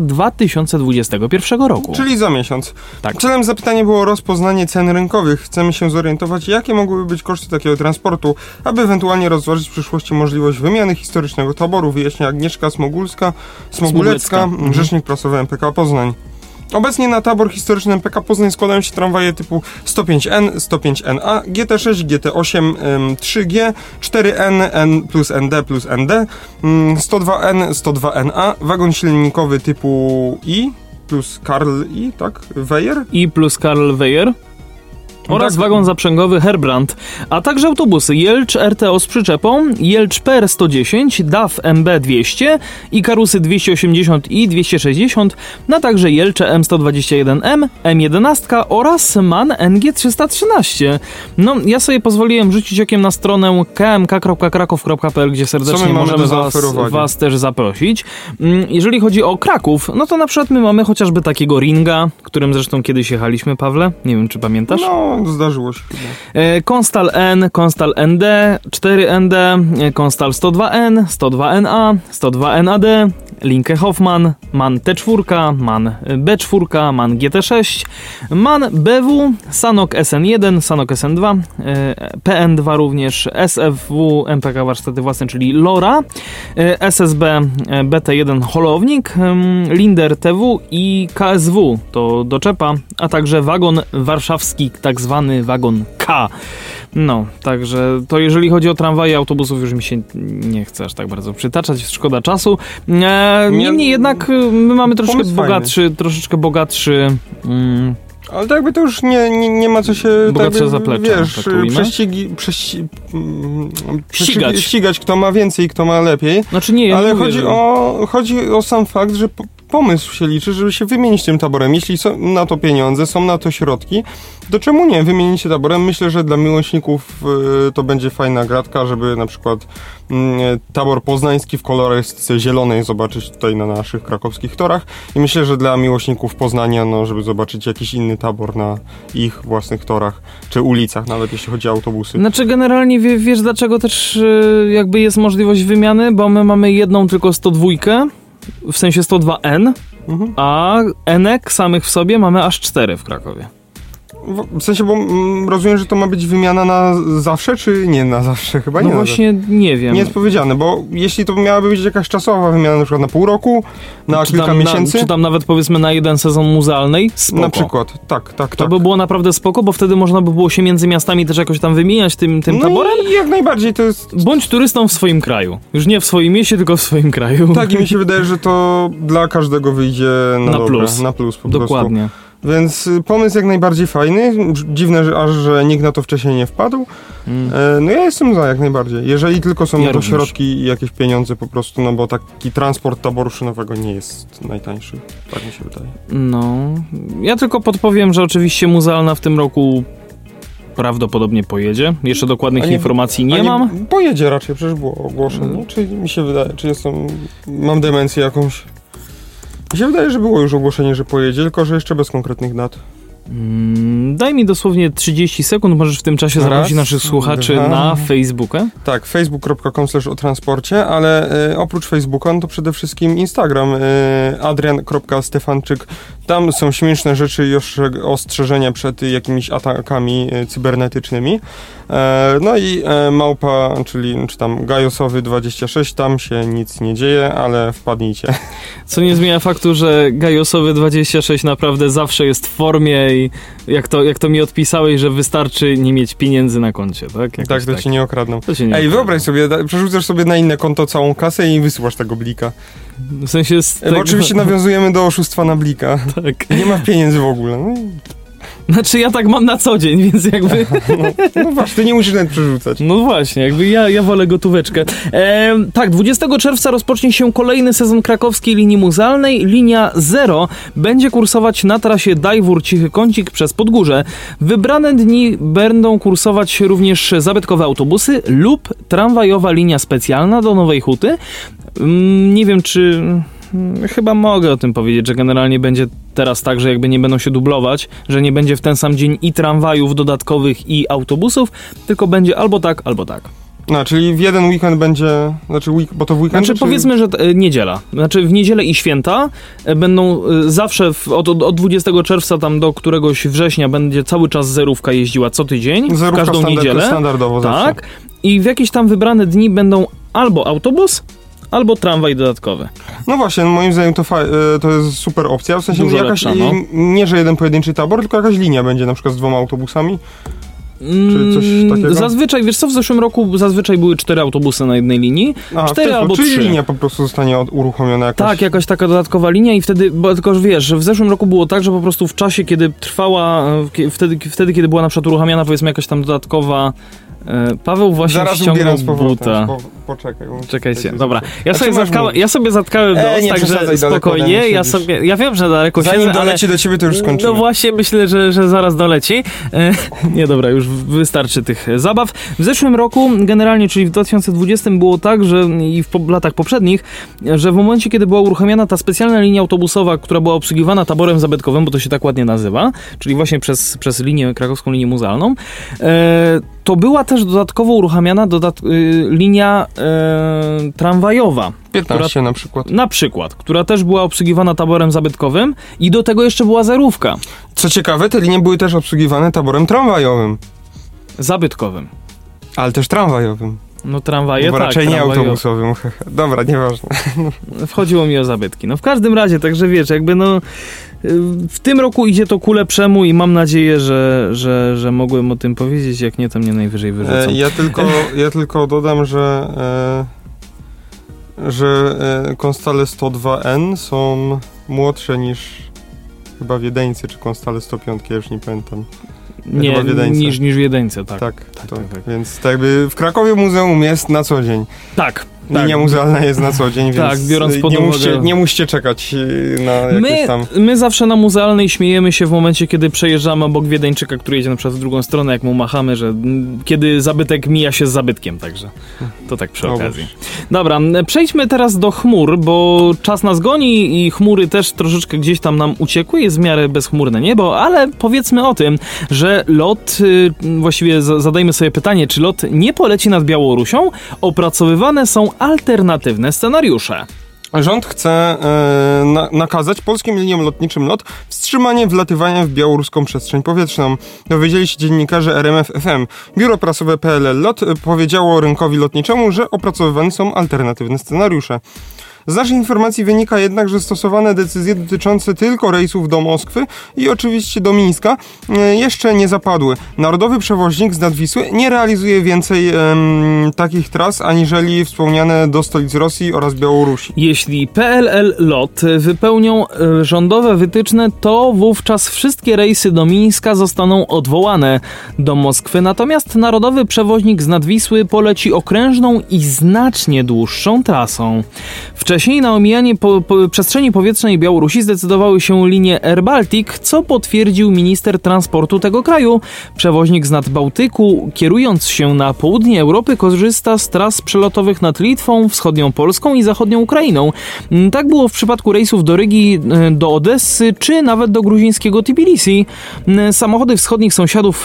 2021 roku. Czyli za miesiąc. Tak. Celem zapytania było rozpoznanie cen rynkowych. Chcemy się zorientować, jakie mogłyby być koszty takiego transportu, aby ewentualnie rozważyć w przyszłości możliwość wymiany historycznego taboru, wyjaśnia Agnieszka Smogulecka, rzecznik prasowy MPK Poznań. Obecnie na tabor historyczny MPK Poznań składają się tramwaje typu 105N, 105NA, GT6, GT8, 3G, 4N, N plus ND plus ND, 102N, 102NA, wagon silnikowy typu I plus Karl I, tak? Weyer? I plus Karl Weyer. Oraz wagon zaprzęgowy Herbrand, a także autobusy Jelcz RTO z przyczepą, Jelcz PR 110, DAF MB 200, Ikarusy 280 i 260, a także Jelcze M121M, M11 oraz MAN NG 313. No, ja sobie pozwoliłem rzucić okiem na stronę kmk.kraków.pl, gdzie serdecznie możemy was też zaprosić. Jeżeli chodzi o Kraków, no to na przykład my mamy chociażby takiego Ringa, którym zresztą kiedyś jechaliśmy, Pawle. Nie wiem, czy pamiętasz? No, zdarzyło się chyba. Konstal N, Konstal ND, 4ND, Konstal 102N, 102NA, 102NAD, Linke Hoffman, MAN T4, MAN B4, MAN GT6, MAN BW, Sanok SN1, Sanok SN2, PN2 również, SFW, MPK Warsztaty Własne, czyli LORA, SSB BT1 Holownik, Linder TW i KSW to doczepa, a także wagon warszawski, tak zwany wagon K. No, także to jeżeli chodzi o tramwaje, autobusów już mi się nie chce aż tak bardzo przytaczać, szkoda czasu. Niemniej jednak my mamy troszeczkę bogatszy ale to jakby to już nie ma co się bogatsze zaplecze, wiesz, ścigać, kto ma więcej, kto ma lepiej. Znaczy nie, ale chodzi o sam fakt, że pomysł się liczy, żeby się wymienić tym taborem. Jeśli są na to pieniądze, są na to środki, to czemu nie? Wymienić się taborem. Myślę, że dla miłośników to będzie fajna gratka, żeby na przykład tabor poznański w kolorystyce zielonej zobaczyć tutaj na naszych krakowskich torach i myślę, że dla miłośników Poznania, no, żeby zobaczyć jakiś inny tabor na ich własnych torach, czy ulicach, nawet jeśli chodzi o autobusy. Znaczy generalnie wiesz dlaczego też jakby jest możliwość wymiany, bo my mamy jedną tylko 102, w sensie 102N, a N-ek samych w sobie mamy aż 4 w Krakowie. W sensie, bo rozumiem, że to ma być wymiana na zawsze, czy nie na zawsze? Chyba nie. No właśnie, nie wiem. Nie jest powiedziane, bo jeśli to miałaby być jakaś czasowa wymiana, na przykład na pół roku, na kilka miesięcy. Czy tam nawet powiedzmy na jeden sezon muzealnej, spoko. Na przykład, tak. To by było naprawdę spoko, bo wtedy można by było się między miastami też jakoś tam wymieniać tym taborem. I jak najbardziej to jest... Bądź turystą w swoim kraju. Już nie w swoim mieście, tylko w swoim kraju. Tak, i mi się wydaje, że to dla każdego wyjdzie na dobre, plus. Na plus po Dokładnie. prostu. Więc pomysł jak najbardziej fajny. Dziwne, że nikt na to wcześniej nie wpadł. No ja jestem za jak najbardziej. Jeżeli tylko są na to środki i jakieś pieniądze po prostu, no bo taki transport taboru szynowego nie jest najtańszy. Tak mi się wydaje. No, ja tylko podpowiem, że oczywiście muzealna w tym roku prawdopodobnie pojedzie. Jeszcze dokładnych informacji nie mam. Pojedzie raczej, przecież było ogłoszenie. Czy mi się wydaje, mam demencję jakąś. Mi się wydaje, że było już ogłoszenie, że pojedzie, tylko że jeszcze bez konkretnych dat. Daj mi dosłownie 30 sekund, możesz w tym czasie zaprosić naszych słuchaczy na Facebooka. Tak, facebook.com/o-transporcie, ale oprócz Facebooka, no to przede wszystkim Instagram, adrian.stefanczyk. Tam są śmieszne rzeczy i ostrzeżenia przed jakimiś atakami cybernetycznymi. No i małpa, czy tam gajosowy26, tam się nic nie dzieje, ale wpadnijcie. Co nie zmienia faktu, że gajosowy26 naprawdę zawsze jest w formie i jak to mi odpisałeś, że wystarczy nie mieć pieniędzy na koncie, tak? Tak, to cię nie okradną. Wyobraź sobie, przerzucasz sobie na inne konto całą kasę i wysyłasz tego blika. W sensie oczywiście nawiązujemy do oszustwa na blika. Tak. Nie ma pieniędzy w ogóle. Znaczy ja tak mam na co dzień, więc jakby... No właśnie, ty nie musisz nawet przerzucać. No właśnie, jakby ja wolę gotóweczkę. Tak, 20 czerwca rozpocznie się kolejny sezon krakowskiej linii muzealnej. Linia 0 będzie kursować na trasie Dajwór-Cichy Kącik przez Podgórze. W wybrane dni będą kursować również zabytkowe autobusy lub tramwajowa linia specjalna do Nowej Huty. Nie wiem, czy... Chyba mogę o tym powiedzieć, że generalnie będzie teraz tak, że jakby nie będą się dublować, że nie będzie w ten sam dzień i tramwajów dodatkowych i autobusów, tylko będzie albo tak, albo tak. No, czyli w jeden weekend będzie, bo to w weekend? Znaczy powiedzmy, że niedziela. Znaczy w niedzielę i święta będą zawsze od 20 czerwca tam do któregoś września będzie cały czas zerówka jeździła co tydzień, zerówka w każdą niedzielę. Standardowo tak. Zawsze. I w jakieś tam wybrane dni będą albo autobus, albo tramwaj dodatkowy. No właśnie, moim zdaniem to jest super opcja. W sensie jakaś, nie że jeden pojedynczy tabor, tylko jakaś linia będzie na przykład z 2 autobusami. Czy coś takiego? Zazwyczaj, wiesz co, w zeszłym roku były 4 autobusy na jednej linii. 4 albo 3. Czyli linia po prostu zostanie uruchomiona jakaś... Tak, jakaś taka dodatkowa linia i wtedy, bo tylko wiesz, w zeszłym roku było tak, że po prostu w czasie, kiedy trwała, wtedy kiedy była na przykład uruchamiana powiedzmy jakaś tam dodatkowa... Paweł właśnie zaraz ściągnął buta. Poczekaj. Czekajcie, dobra. Ja sobie zatkałem nos, także spokojnie. Ja wiem, że daleko siedzę, zanim doleci do ciebie, to już skończymy. No właśnie, myślę, że zaraz doleci. Nie, dobra, już wystarczy tych zabaw. W zeszłym roku, generalnie, czyli w 2020 było tak, że i w latach poprzednich, że w momencie, kiedy była uruchamiana ta specjalna linia autobusowa, która była obsługiwana taborem zabytkowym, bo to się tak ładnie nazywa, czyli właśnie przez krakowską linię muzealną, to była też dodatkowo uruchamiana linia tramwajowa. 15 na przykład. Na przykład, która też była obsługiwana taborem zabytkowym i do tego jeszcze była zerówka. Co ciekawe, te linie były też obsługiwane taborem tramwajowym. Zabytkowym. Ale też tramwajowym. No tramwaje, bo tak. raczej nie autobusowym. Dobra, nieważne. Wchodziło mi o zabytki. No w każdym razie, także wiesz, jakby w tym roku idzie to ku lepszemu i mam nadzieję, że mogłem o tym powiedzieć, jak nie, to mnie najwyżej wyrzucą. Ja tylko dodam, że Konstale 102N są młodsze niż chyba Wiedeńcy, czy Konstale 105, ja już nie pamiętam. Nie, niż Wiedeńce, tak. Tak. Więc tak jakby w Krakowie muzeum jest na co dzień. Tak. Linia muzealna jest na co dzień, więc biorąc pod uwagę... nie musicie czekać na jakieś tam... My zawsze na muzealnej śmiejemy się w momencie, kiedy przejeżdżamy obok Wiedeńczyka, który jedzie na przykład w drugą stronę, jak mu machamy, że kiedy zabytek mija się z zabytkiem, także to tak przy okazji. Dobra, przejdźmy teraz do chmur, bo czas nas goni i chmury też troszeczkę gdzieś tam nam uciekły, jest w miarę bezchmurne niebo, ale powiedzmy o tym, że LOT, właściwie zadajmy sobie pytanie, czy LOT nie poleci nad Białorusią? Opracowywane są alternatywne scenariusze. Rząd chce nakazać polskim liniom lotniczym LOT wstrzymanie wlatywania w białoruską przestrzeń powietrzną. Dowiedzieli się dziennikarze RMF FM. Biuro prasowe PLL LOT powiedziało rynkowi lotniczemu, że opracowywane są alternatywne scenariusze. Z naszej informacji wynika jednak, że stosowane decyzje dotyczące tylko rejsów do Moskwy i oczywiście do Mińska jeszcze nie zapadły. Narodowy przewoźnik z nad Wisły nie realizuje więcej takich tras, aniżeli wspomniane do stolic Rosji oraz Białorusi. Jeśli PLL LOT wypełnią rządowe wytyczne, to wówczas wszystkie rejsy do Mińska zostaną odwołane do Moskwy. Natomiast narodowy przewoźnik z nad Wisły poleci okrężną i znacznie dłuższą trasą. Wcześniej na omijanie przestrzeni powietrznej Białorusi zdecydowały się linie Air Baltic, co potwierdził minister transportu tego kraju. Przewoźnik z nad Bałtyku, kierując się na południe Europy, korzysta z tras przelotowych nad Litwą, wschodnią Polską i zachodnią Ukrainą. Tak było w przypadku rejsów do Rygi, do Odessy, czy nawet do gruzińskiego Tbilisi. Samoloty wschodnich sąsiadów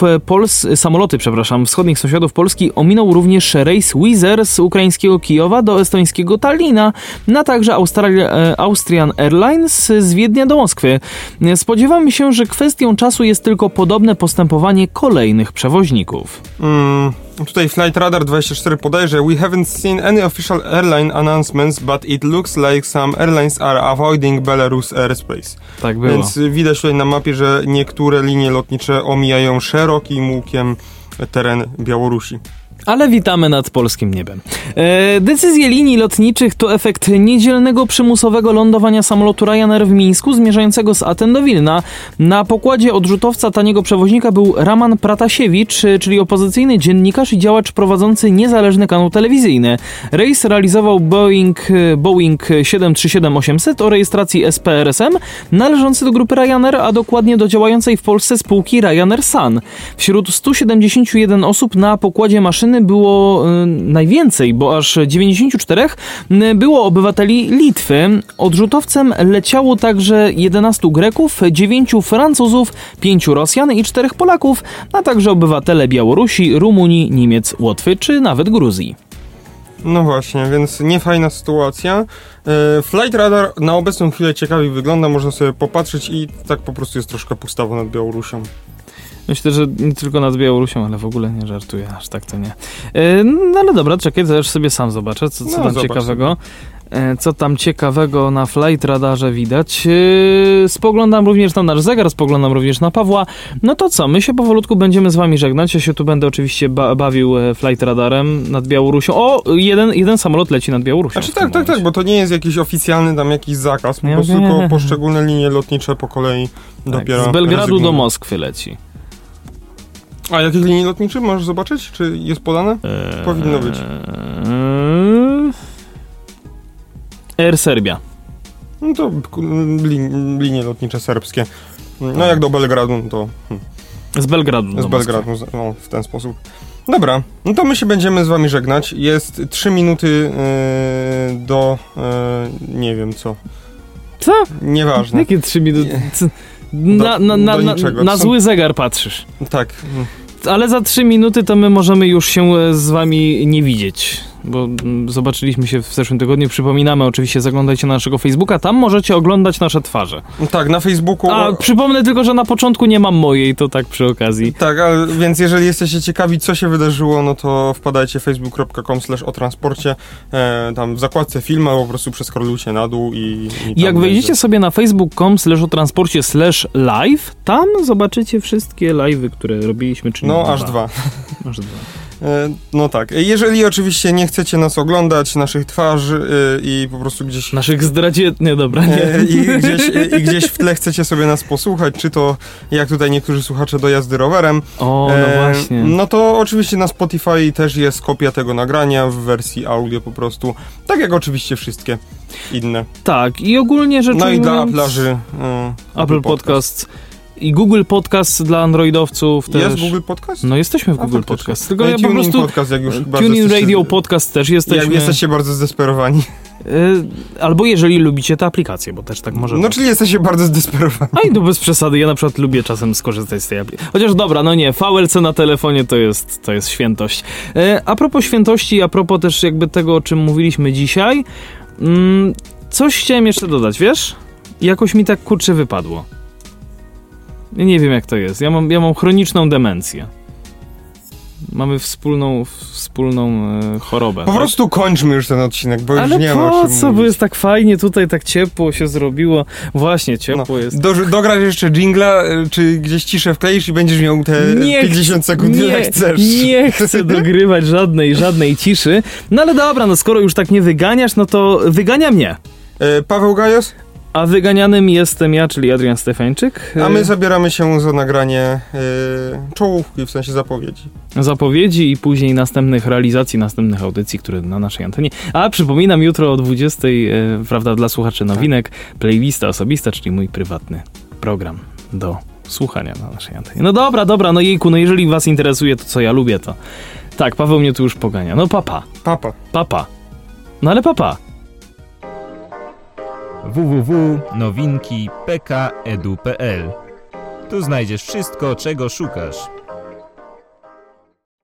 sąsiadów Polski ominął również rejs Wizz Air z ukraińskiego Kijowa do estońskiego Tallina, a także Austrian Airlines z Wiednia do Moskwy. Spodziewamy się, że kwestią czasu jest tylko podobne postępowanie kolejnych przewoźników. Tutaj Flight Radar 24 podaje, że we haven't seen any official airline announcements, but it looks like some airlines are avoiding Belarus airspace. Tak było. Więc widać tutaj na mapie, że niektóre linie lotnicze omijają szerokim łukiem teren Białorusi. Ale witamy nad polskim niebem. Decyzje linii lotniczych to efekt niedzielnego przymusowego lądowania samolotu Ryanair w Mińsku zmierzającego z Aten do Wilna. Na pokładzie odrzutowca taniego przewoźnika był Raman Pratasiewicz, czyli opozycyjny dziennikarz i działacz prowadzący niezależny kanał telewizyjny. Rejs realizował Boeing 737-800 o rejestracji SPRSM należący do grupy Ryanair, a dokładnie do działającej w Polsce spółki Ryanair Sun. Wśród 171 osób na pokładzie maszyny było najwięcej, bo aż 94 było obywateli Litwy. Odrzutowcem leciało także 11 Greków, 9 Francuzów, 5 Rosjan i 4 Polaków, a także obywatele Białorusi, Rumunii, Niemiec, Łotwy czy nawet Gruzji. No właśnie, więc niefajna sytuacja. Flight Radar na obecną chwilę ciekawie wygląda, można sobie popatrzeć i tak po prostu jest troszkę pustawo nad Białorusią. Myślę, że nie tylko nad Białorusią, ale w ogóle nie żartuję, aż tak to nie. No ale dobra, czekaj, to już sobie sam zobaczę, co tam ciekawego. Co tam ciekawego na Flight Radarze widać. Spoglądam również na nasz zegar, spoglądam również na Pawła. No to co, my się powolutku będziemy z wami żegnać. Ja się tu będę oczywiście bawił Flight Radarem nad Białorusią. O, jeden samolot leci nad Białorusią. Znaczy tak, bo to nie jest jakiś oficjalny tam jakiś zakaz, po prostu tylko poszczególne linie lotnicze po kolei dopiero z Belgradu do Moskwy leci. A jakich linii lotniczych możesz zobaczyć? Czy jest podane? Powinno być. Air Serbia. No to linie lotnicze serbskie. No jak do Belgradu, to... Z Belgradu. Z Belgradu, no, w ten sposób. Dobra, no to my się będziemy z wami żegnać. Jest 3 minuty do... nie wiem co. Co? Nieważne. Jakie 3 minuty? Na zły zegar patrzysz. Tak. Ale za 3 minuty to my możemy już się z wami nie widzieć, bo zobaczyliśmy się w zeszłym tygodniu. Przypominamy, oczywiście zaglądajcie na naszego Facebooka, tam możecie oglądać nasze twarze. Tak, na Facebooku... A przypomnę tylko, że na początku nie mam mojej, to tak przy okazji. Tak, więc jeżeli jesteście ciekawi, co się wydarzyło, no to wpadajcie facebook.com/otransporcie, tam w zakładce film, albo po prostu przeskrolujcie na dół i jak wejdziecie sobie na facebook.com/otransporcie/live, tam zobaczycie wszystkie live'y, które robiliśmy. No, aż 2. Aż 2. No tak, jeżeli oczywiście nie chcecie nas oglądać, naszych twarzy i po prostu gdzieś... Naszych zdradziecnych, dobra, nie. I gdzieś w tle chcecie sobie nas posłuchać, czy to jak tutaj niektórzy słuchacze do jazdy rowerem. O, no właśnie. No to oczywiście na Spotify też jest kopia tego nagrania w wersji audio po prostu, tak jak oczywiście wszystkie inne. Tak, i ogólnie rzecz ujmując... No i dla Apple'arzy Apple Podcast. I Google Podcast dla androidowców też. Jest Google Podcast? No jesteśmy w Google Podcast. Tylko ja po prostu podcast, jak już TuneIn Radio Podcast też jesteśmy. Jak jesteście bardzo zdesperowani. Albo jeżeli lubicie tę aplikację, bo też tak może... No czyli jesteście bardzo zdesperowani. A i no bez przesady, ja na przykład lubię czasem skorzystać z tej aplikacji. Chociaż dobra, no nie, VLC na telefonie to jest świętość. A propos świętości, a propos też jakby tego, o czym mówiliśmy dzisiaj, coś chciałem jeszcze dodać, wiesz? Jakoś mi tak kurczę wypadło. Ja nie wiem jak to jest. Ja mam chroniczną demencję. Mamy wspólną chorobę. Po prostu kończmy już ten odcinek, bo ale już nie ma po o czym co, mówić. bo jest tak fajnie, tutaj tak ciepło się zrobiło. Właśnie, ciepło jest. Dograsz jeszcze dżingla, czy gdzieś ciszę wkleisz i będziesz miał te 50 sekund, jak chcesz. Nie chcę dogrywać żadnej ciszy. No ale dobra, no skoro już tak nie wyganiasz, no to wygania mnie. Paweł Gajos? A wyganianym jestem ja, czyli Adrian Stefańczyk. A my zabieramy się za nagranie czołówki, w sensie zapowiedzi i później następnych realizacji, następnych audycji, które na naszej antenie. A przypominam, jutro o 20, prawda, dla słuchaczy nowinek, playlista osobista, czyli mój prywatny program do słuchania na naszej antenie. No dobra, no jejku, no jeżeli was interesuje to, co ja lubię, to tak, Paweł mnie tu już pogania. No papa. No ale papa. www.nowinki.pk.edu.pl. Tu znajdziesz wszystko, czego szukasz.